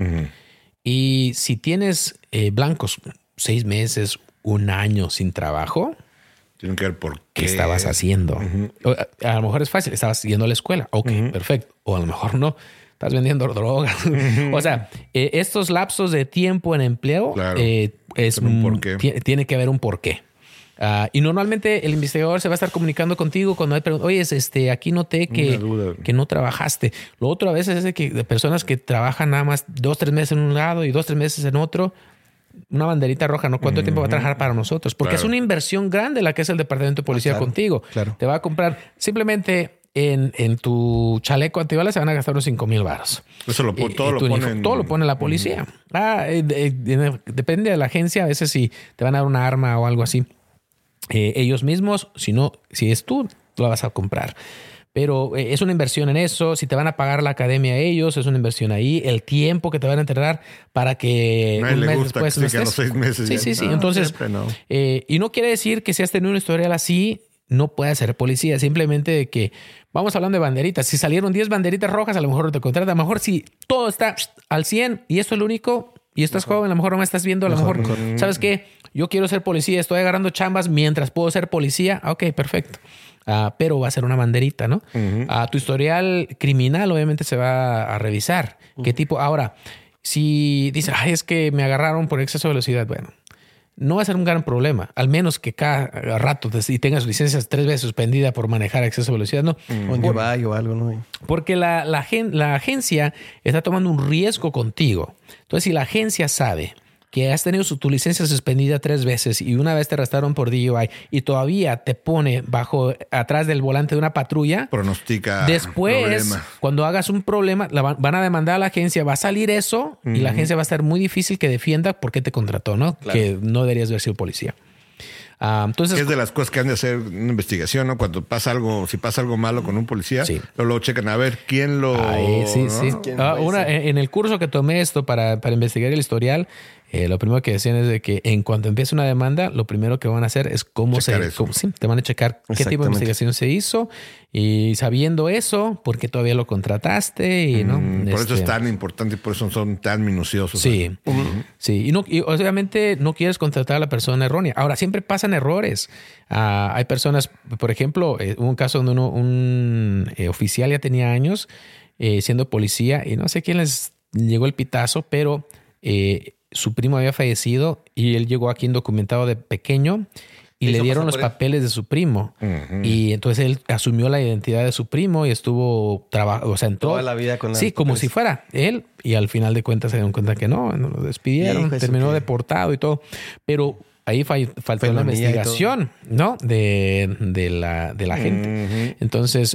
Y si tienes blancos 6 meses, 1 año sin trabajo... Tienen que ver por qué. ¿Qué estabas haciendo? A lo mejor es fácil. Estabas yendo a la escuela. Ok, perfecto. O a lo mejor no. Estás vendiendo drogas. O sea, estos lapsos de tiempo en empleo tiene que haber un porqué. Y normalmente el investigador se va a estar comunicando contigo cuando hay preguntas. Oye, aquí noté que no trabajaste. Lo otro a veces es de personas que trabajan nada más 2-3 meses en un lado y 2-3 meses en otro. Una banderita roja, ¿no? ¿Cuánto tiempo va a trabajar para nosotros? Porque es una inversión grande la que es el departamento de policía contigo. Claro. Te va a comprar simplemente en tu chaleco antibalas se van a gastar unos $5,000. Eso todo lo pone la policía. Depende de la agencia. A veces si te van a dar una arma o algo así. Ellos mismos, si es tú la vas a comprar. Pero es una inversión en eso. Si te van a pagar la academia a ellos, es una inversión ahí. El tiempo que te van a entregar para que un mes después que los 6 meses. Sí. Entonces, y no quiere decir que si has tenido un historial así, no puedes ser policía. Simplemente de que vamos hablando de banderitas. Si salieron 10 banderitas rojas, a lo mejor no te contratan. A lo mejor si todo está al 100 y esto es lo único y estás joven, a lo mejor no me estás viendo, a lo mejor, ¿sabes qué? Yo quiero ser policía, estoy agarrando chambas mientras puedo ser policía. Ok, perfecto. Pero va a ser una banderita, ¿no? Tu historial criminal obviamente se va a revisar. ¿Qué tipo? Ahora, si dices, ay, es que me agarraron por exceso de velocidad, bueno, no va a ser un gran problema, al menos que cada rato y tengas licencias 3 veces suspendida por manejar a exceso de velocidad, ¿no? O en Dubai o algo, ¿no? Porque la agencia está tomando un riesgo contigo. Entonces, si la agencia sabe que has tenido tu licencia suspendida 3 veces y una vez te arrestaron por DUI y todavía te pone atrás del volante de una patrulla, pronostica después, problema. Cuando hagas un problema, van a demandar a la agencia, va a salir eso y la agencia va a estar muy difícil que defienda por qué te contrató, ¿no? Claro. Que no deberías haber sido policía. Entonces, es de las cosas que han de hacer una investigación, ¿no? Cuando pasa algo, si pasa algo malo con un policía, luego checan a ver quién lo... sí, ¿no? sí. En el curso que tomé esto para investigar el historial, lo primero que decían es de que en cuanto empiece una demanda, lo primero que van a hacer es te van a checar qué tipo de investigación se hizo y sabiendo eso, por qué todavía lo contrataste y no. Por eso es tan importante y por eso son tan minuciosos. Sí, sí. Y obviamente no quieres contratar a la persona errónea. Ahora, siempre pasan errores. Hay personas, por ejemplo, hubo un caso donde un oficial ya tenía años siendo policía y no sé quién les llegó el pitazo, pero su primo había fallecido y él llegó aquí indocumentado de pequeño y le dieron los papeles de su primo. Y entonces él asumió la identidad de su primo y estuvo trabajando, o sea, entró toda la vida con la como si fuera él. Y al final de cuentas se dieron cuenta que no lo despidieron, terminó deportado y todo. Pero ahí faltó la investigación, ¿no? De la gente. Entonces,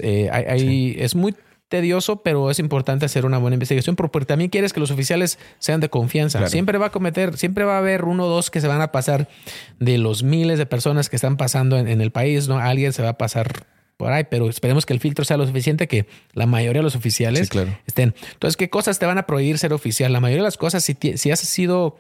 es muy tedioso, pero es importante hacer una buena investigación porque también quieres que los oficiales sean de confianza. Claro. Siempre va a haber 1 o 2 que se van a pasar de los miles de personas que están pasando en el país, ¿no? Alguien se va a pasar por ahí, pero esperemos que el filtro sea lo suficiente que la mayoría de los oficiales estén. Entonces, ¿qué cosas te van a prohibir ser oficial? La mayoría de las cosas, si has sido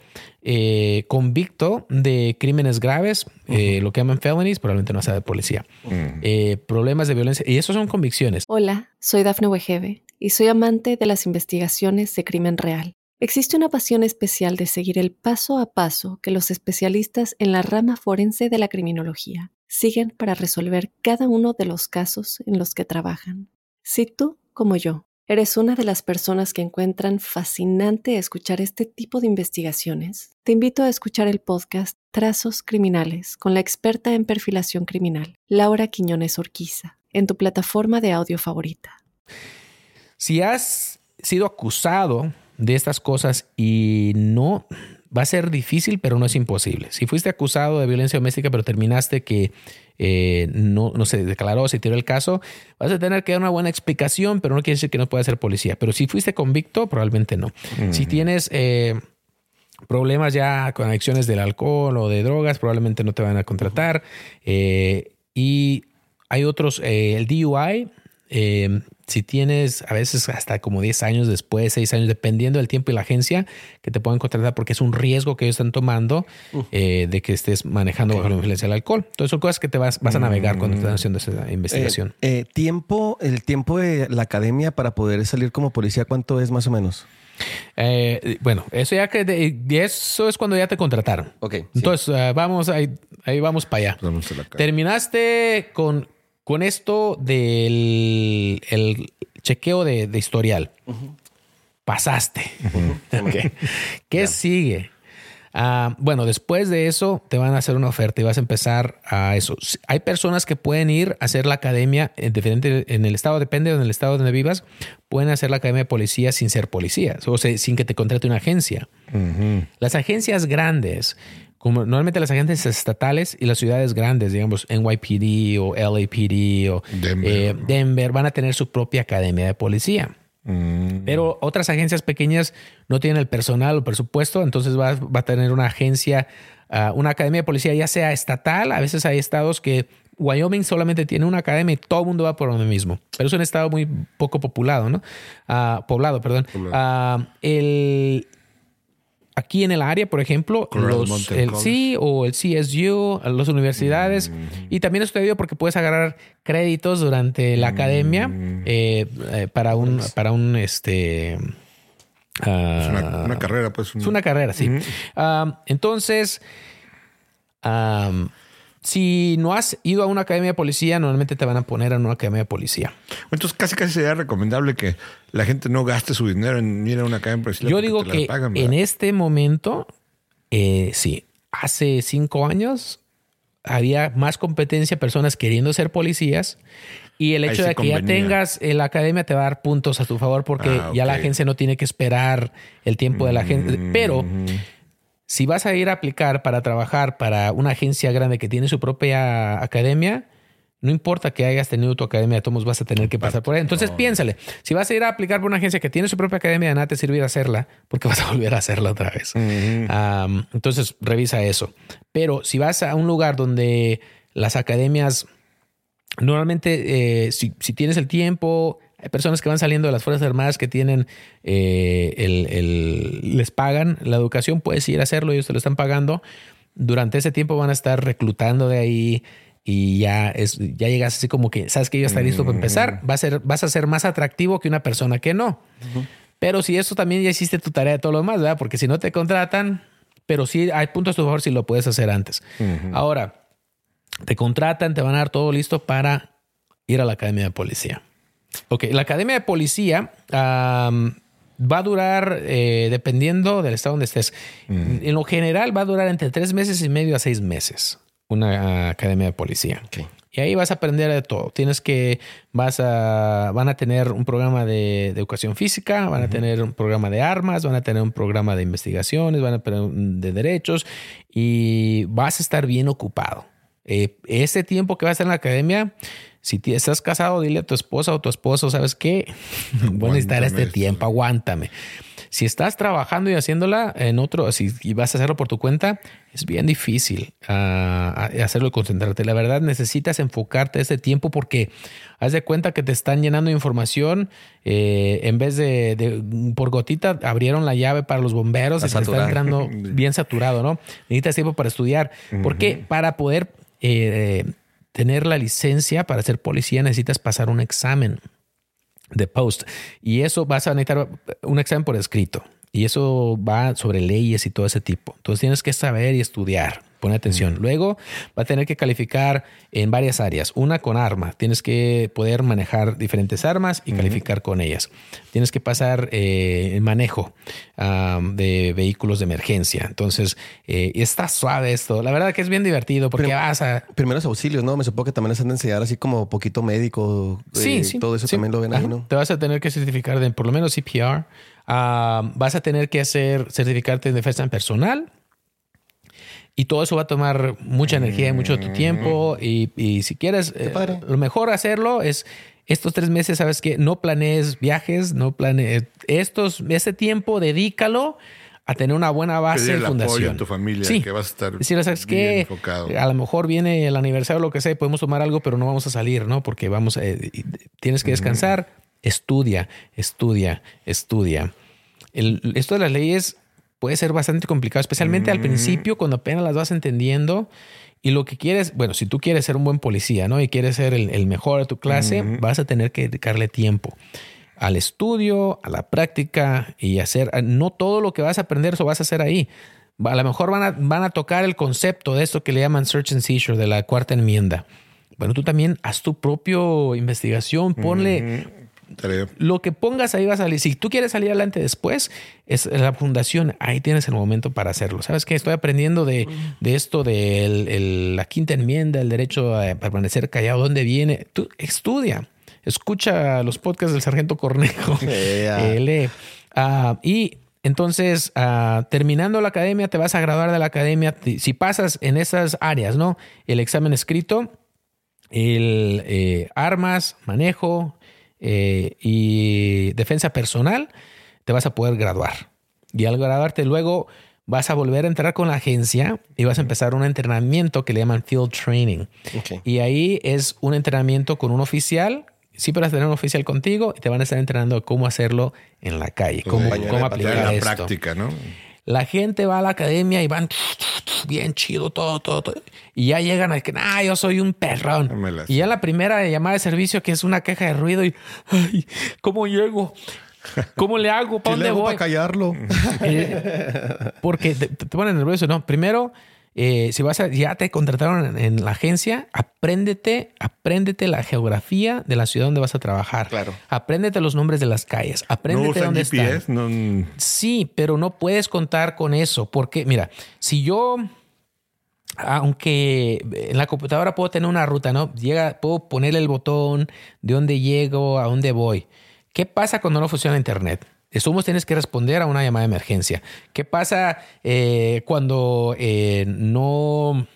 convicto de crímenes graves, lo que llaman felonies, probablemente no sea de policía. Problemas de violencia, y eso son convicciones. Hola, soy Dafne Wegebe y soy amante de las investigaciones de crimen real. Existe una pasión especial de seguir el paso a paso que los especialistas en la rama forense de la criminología siguen para resolver cada uno de los casos en los que trabajan. Si tú, como yo, eres una de las personas que encuentran fascinante escuchar este tipo de investigaciones, te invito a escuchar el podcast Trazos Criminales con la experta en perfilación criminal, Laura Quiñones Orquiza, en tu plataforma de audio favorita. Si has sido acusado de estas cosas y no... Va a ser difícil, pero no es imposible. Si fuiste acusado de violencia doméstica, pero terminaste que no se declaró, se tiró el caso, vas a tener que dar una buena explicación, pero no quiere decir que no puedas ser policía. Pero si fuiste convicto, probablemente no. Si tienes problemas ya con adicciones del alcohol o de drogas, probablemente no te van a contratar. Y hay otros, el DUI, si tienes a veces hasta como 10 años después, 6 años, dependiendo del tiempo y la agencia que te pueden contratar, porque es un riesgo que ellos están tomando de que estés manejando bajo la influencia del alcohol. Entonces son cosas que te vas a navegar cuando estás haciendo esa investigación. El tiempo de la academia para poder salir como policía, ¿cuánto es más o menos? Bueno, eso eso es cuando ya te contrataron. Okay, entonces vamos ahí vamos para allá. Terminaste con esto del el chequeo de historial. Pasaste. Okay. ¿Qué sigue? Bueno, después de eso te van a hacer una oferta y vas a empezar a eso. Hay personas que pueden ir a hacer la academia en el estado, depende del estado donde vivas, pueden hacer la academia de policía sin ser policías, o sea, sin que te contrate una agencia. Las agencias grandes, como normalmente las agencias estatales y las ciudades grandes, digamos NYPD o LAPD o Denver, van a tener su propia academia de policía. Pero otras agencias pequeñas no tienen el personal o presupuesto, entonces va a tener una agencia, una academia de policía, ya sea estatal. A veces hay estados que Wyoming solamente tiene una academia y todo el mundo va por donde mismo. Pero es un estado muy poco poblado, ¿no? aquí en el área, por ejemplo, sí, o el CSU, las universidades. Y también esto te ayuda porque puedes agarrar créditos durante la academia para un una carrera, pues. Es una carrera, sí. Entonces, si no has ido a una academia de policía, normalmente te van a poner en una academia de policía. Entonces, casi sería recomendable que la gente no gaste su dinero en ir a una academia de policía. Yo digo que pagan, en este momento, sí, hace 5 años había más competencia, personas queriendo ser policías. Y el hecho de que ya tengas la academia te va a dar puntos a tu favor porque ya la agencia no tiene que esperar el tiempo de la gente. Pero si vas a ir a aplicar para trabajar para una agencia grande que tiene su propia academia, no importa que hayas tenido tu academia, de todos vas a tener que pasar por ahí. Entonces piénsale, si vas a ir a aplicar por una agencia que tiene su propia academia, de nada te sirve ir a hacerla porque vas a volver a hacerla otra vez. Entonces revisa eso. Pero si vas a un lugar donde las academias... Normalmente, si tienes el tiempo, hay personas que van saliendo de las Fuerzas Armadas que tienen, les pagan la educación, puedes ir a hacerlo, ellos te lo están pagando. Durante ese tiempo van a estar reclutando de ahí y ya llegas así como que, sabes que ya está listo para empezar, vas a ser más atractivo que una persona que no. Pero si eso también ya hiciste tu tarea de todo lo demás, ¿verdad? Porque si no te contratan, pero sí hay puntos a tu favor si lo puedes hacer antes. Ahora, te contratan, te van a dar todo listo para ir a la academia de policía. Ok, la academia de policía va a durar, dependiendo del estado donde estés. En lo general va a durar entre 3 meses y medio a 6 meses una academia de policía. Okay. Y ahí vas a aprender de todo. Van a tener un programa de educación física, van a tener un programa de armas, van a tener un programa de investigaciones, van a tener de derechos y vas a estar bien ocupado. Ese tiempo que vas a estar en la academia, si estás casado, dile a tu esposa o tu esposo, ¿sabes qué? Voy a necesitar este tiempo, aguántame. Si estás trabajando y haciéndola en otro, y vas a hacerlo por tu cuenta, es bien difícil hacerlo y concentrarte. La verdad, necesitas enfocarte ese tiempo porque haz de cuenta que te están llenando de información. En vez de por gotita, abrieron la llave para los bomberos y te está entrando bien saturado, ¿no? Necesitas tiempo para estudiar. Porque para poder tener la licencia para ser policía necesitas pasar un examen de post y eso vas a necesitar un examen por escrito y eso va sobre leyes y todo ese tipo. Entonces tienes que saber y estudiar. Pon atención. Luego va a tener que calificar en varias áreas. Una con arma. Tienes que poder manejar diferentes armas y calificar con ellas. Tienes que pasar el manejo de vehículos de emergencia. Entonces, está suave esto. La verdad que es bien divertido porque vas a... Primeros auxilios, ¿no? Me supongo que también les han de enseñar así como poquito médico. Sí. Todo eso también lo ven ahí, ¿no? Te vas a tener que certificar de por lo menos CPR. Vas a tener que certificarte en defensa personal. Y todo eso va a tomar mucha energía y mucho de tu tiempo. Y si quieres, lo mejor hacerlo es estos 3 meses, ¿sabes qué? No planees viajes, no planees este tiempo, dedícalo a tener una buena base de fundación. Apoyo en tu familia, que vas a estar ¿sabes qué? Enfocado. A lo mejor viene el aniversario o lo que sea, podemos tomar algo, pero no vamos a salir, ¿no? Porque tienes que descansar. Estudia. Esto de las leyes puede ser bastante complicado, especialmente al principio, cuando apenas las vas entendiendo. Y lo que quieres, bueno, si tú quieres ser un buen policía, ¿no? Y quieres ser el mejor de tu clase, vas a tener que dedicarle tiempo al estudio, a la práctica y hacer, no todo lo que vas a aprender, eso vas a hacer ahí. A lo mejor van a tocar el concepto de esto que le llaman search and seizure, de la 4ª enmienda. Bueno, tú también haz tu propio investigación, ponle... Lo que pongas ahí va a salir. Si tú quieres salir adelante después, es la fundación. Ahí tienes el momento para hacerlo. ¿Sabes qué? Estoy aprendiendo de esto de la 5ª enmienda, el derecho a permanecer callado. ¿Dónde viene? Tú estudia. Escucha los podcasts del Sargento Cornejo. Lee. Y entonces, terminando la academia, te vas a graduar de la academia. Si pasas en esas áreas, ¿no? El examen escrito, el armas, manejo... y defensa personal, te vas a poder graduar. Y al graduarte luego vas a volver a entrar con la agencia y vas a empezar un entrenamiento que le llaman field training. Okay. Y ahí es un entrenamiento con un oficial. Siempre vas a tener un oficial contigo y te van a estar entrenando cómo hacerlo en la calle, cómo aplicar la esto. Práctica, ¿no? La gente va a la academia y van bien chido, todo. Y ya llegan a que, yo soy un perrón. Y ya en la primera llamada de servicio, que es una queja de ruido y, ay, ¿cómo llego? ¿Cómo le hago? ¿Para dónde voy? Para callarlo. Porque te ponen nervioso, ¿no? Primero, si ya te contrataron en la agencia, apréndete la geografía de la ciudad donde vas a trabajar. Claro. Apréndete los nombres de las calles. Apréndete dónde GPS, están. Sí, pero no puedes contar con eso. Porque, mira, si yo, aunque en la computadora puedo tener una ruta, ¿no? Puedo ponerle el botón de dónde llego, a dónde voy. ¿Qué pasa cuando no funciona internet? Tienes que responder a una llamada de emergencia. ¿Qué pasa cuando no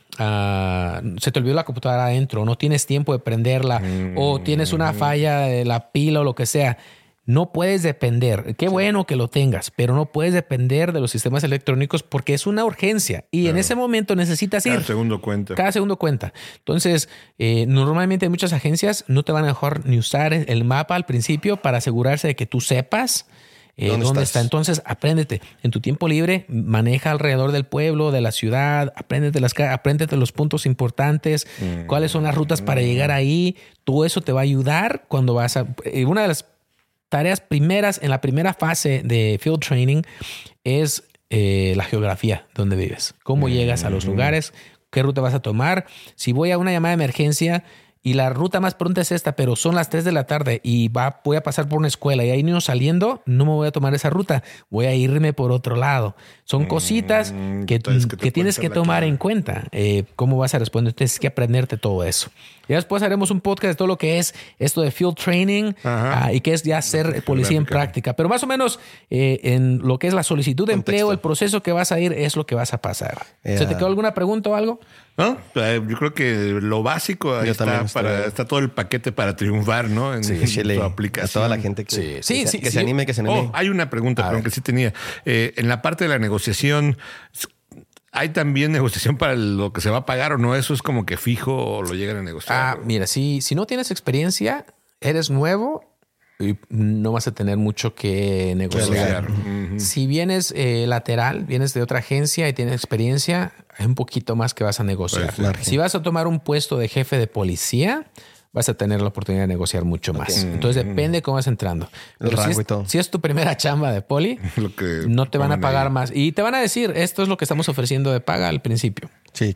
se te olvidó la computadora adentro? No tienes tiempo de prenderla o tienes una falla de la pila o lo que sea. No puedes depender. Qué bueno que lo tengas, pero no puedes depender de los sistemas electrónicos porque es una urgencia y en ese momento necesitas ir. Cada segundo cuenta. Cada segundo cuenta. Entonces, normalmente muchas agencias no te van a dejar ni usar el mapa al principio para asegurarse de que tú sepas dónde está. Entonces, apréndete. En tu tiempo libre, maneja alrededor del pueblo, de la ciudad, apréndete los puntos importantes, cuáles son las rutas para llegar ahí. Todo eso te va a ayudar cuando vas a... una de las tareas primeras en la primera fase de field training es la geografía donde vives. Cómo llegas a los lugares, qué ruta vas a tomar. Si voy a una llamada de emergencia y la ruta más pronta es esta, pero son las 3 de la tarde y voy a pasar por una escuela y hay niños saliendo, no me voy a tomar esa ruta. Voy a irme por otro lado. Son cositas que tienes que tomar en cuenta. ¿Cómo vas a responder? Tienes que aprenderte todo eso. Y después haremos un podcast de todo lo que es esto de field training y que es ya ser policía en práctica. Pero más o menos en lo que es la solicitud de empleo, el proceso que vas a ir es lo que vas a pasar. ¿Se te quedó alguna pregunta o algo? No, yo creo que lo básico ahí está todo el paquete para triunfar, ¿no? En tu aplicación. A toda la gente que se anime, que se anime. Oh, hay una pregunta, perdón, que sí tenía. En la parte de la negociación, ¿hay también negociación para lo que se va a pagar o no? ¿Eso es como que fijo o lo llegan a negociar? Mira, si no tienes experiencia, eres nuevo y no vas a tener mucho que negociar. Si vienes lateral, vienes de otra agencia y tienes experiencia, hay un poquito más que vas a negociar. Si vas a tomar un puesto de jefe de policía, vas a tener la oportunidad de negociar mucho más. Entonces depende cómo vas entrando. Pero si es tu primera chamba de poli, no te van a pagar más. Y te van a decir, esto es lo que estamos ofreciendo de paga al principio. Sí,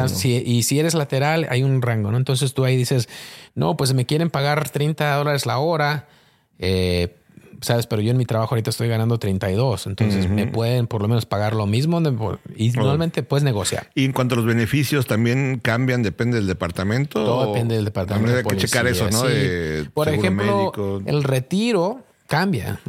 y si eres lateral, hay un rango, ¿no? Entonces tú ahí dices, no, pues me quieren pagar $30 la hora. ¿Sabes? Pero yo en mi trabajo ahorita estoy ganando 32. Entonces me pueden por lo menos pagar lo mismo y normalmente puedes negociar. Y en cuanto a los beneficios, ¿también cambian? ¿Depende del departamento? Todo depende del departamento de policía. Hay que checar eso, ¿no? Sí. Por ejemplo, médico. El retiro cambia.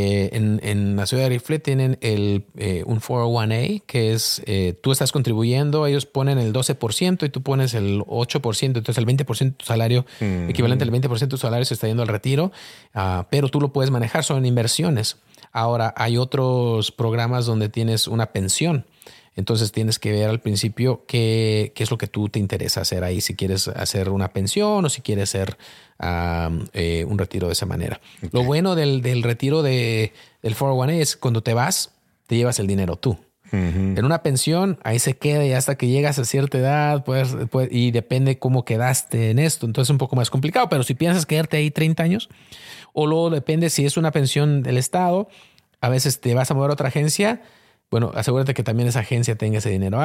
En la ciudad de Rifle tienen un 401A, que es tú estás contribuyendo, ellos ponen el 12% y tú pones el 8%. Entonces el 20% de tu salario, equivalente al 20% de tu salario se está yendo al retiro, pero tú lo puedes manejar, son inversiones. Ahora hay otros programas donde tienes una pensión. Entonces tienes que ver al principio qué es lo que tú te interesa hacer ahí. Si quieres hacer una pensión o si quieres hacer un retiro de esa manera. Okay. Lo bueno del retiro del 401A es cuando te vas, te llevas el dinero tú. En una pensión, ahí se queda y hasta que llegas a cierta edad y depende cómo quedaste en esto. Entonces es un poco más complicado. Pero si piensas quedarte ahí 30 años o luego depende si es una pensión del Estado, a veces te vas a mover a otra agencia. Bueno, asegúrate que también esa agencia tenga ese dinero.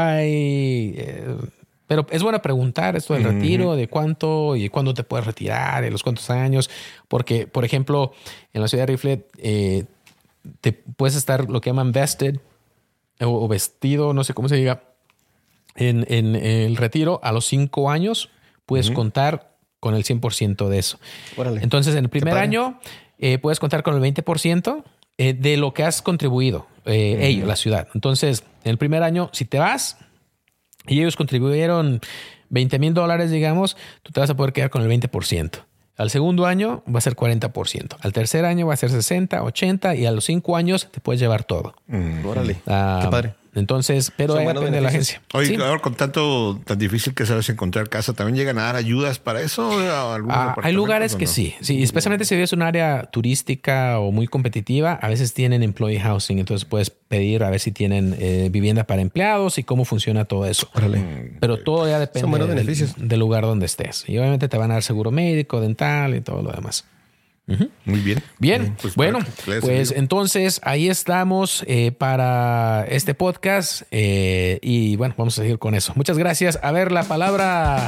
Pero es bueno preguntar esto del retiro, de cuánto y cuándo te puedes retirar, y los cuántos años. Porque, por ejemplo, en la ciudad de Rifle te puedes estar lo que llaman vested o vestido, no sé cómo se diga, en el retiro a los 5 años puedes contar con el 100% de eso. Órale. Entonces, en el primer año puedes contar con el 20% de lo que has contribuido, ellos, la ciudad. Entonces, en el primer año, si te vas y ellos contribuyeron $20,000, digamos, tú te vas a poder quedar con el 20%. Al segundo año va a ser 40%. Al tercer año va a ser 60, 80 y a los 5 años te puedes llevar todo. Órale. Qué padre. Entonces, pero Son buenos depende de la beneficios. agencia. Oye, Sí. ahora con tanto tan difícil que sabes encontrar casa, ¿también llegan a dar ayudas para eso? Hay lugares que sí, especialmente si vives en un área turística o muy competitiva, a veces tienen employee housing, entonces puedes pedir a ver si tienen vivienda para empleados y cómo funciona todo eso. Pero todo ya depende Son buenos beneficios. del lugar donde estés. Y obviamente te van a dar seguro médico, dental y todo lo demás. Muy bien. Bien, Pues, bueno, para que pues entonces ahí estamos para este podcast y bueno, vamos a seguir con eso. Muchas gracias. A ver, la palabra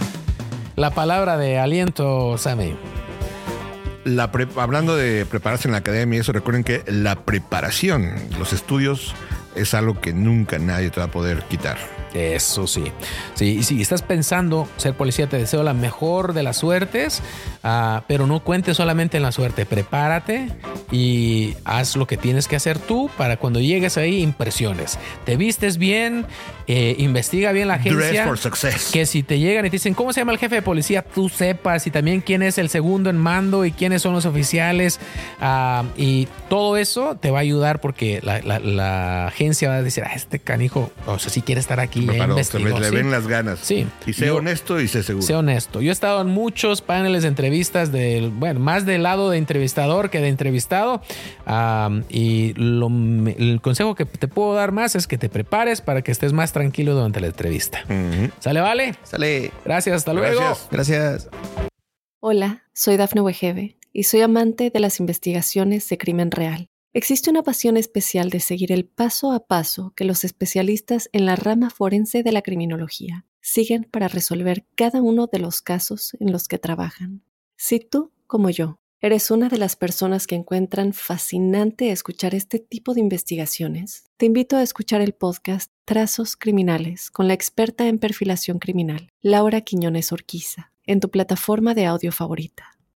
de aliento, Sammy. Hablando de prepararse en la academia, eso recuerden que la preparación, los estudios, es algo que nunca nadie te va a poder quitar. Eso sí. Sí, y si estás pensando ser policía, te deseo la mejor de las suertes, pero no cuentes solamente en la suerte. Prepárate y haz lo que tienes que hacer tú para cuando llegues ahí impresiones. Te vistes bien, investiga bien la agencia. Dress for success. Que si te llegan y te dicen cómo se llama el jefe de policía, tú sepas, y también quién es el segundo en mando y quiénes son los oficiales, y todo eso te va a ayudar porque la agencia va a decir, este canijo, o sea, si quiere estar aquí, ya investigó, le ¿sí? ven las ganas. Sí. Y sé honesto y sé seguro. Sé honesto. Yo he estado en muchos paneles de entrevistas más del lado de entrevistador que de entrevistado. Y el consejo que te puedo dar más es que te prepares para que estés más tranquilo durante la entrevista. ¿Sale, vale? Sale. Gracias, hasta luego. Gracias. Hola, soy Dafne Wegebe y soy amante de las investigaciones de crimen real. Existe una pasión especial de seguir el paso a paso que los especialistas en la rama forense de la criminología siguen para resolver cada uno de los casos en los que trabajan. Si tú, como yo, eres una de las personas que encuentran fascinante escuchar este tipo de investigaciones, te invito a escuchar el podcast Trazos Criminales con la experta en perfilación criminal, Laura Quiñones Orquiza, en tu plataforma de audio favorita.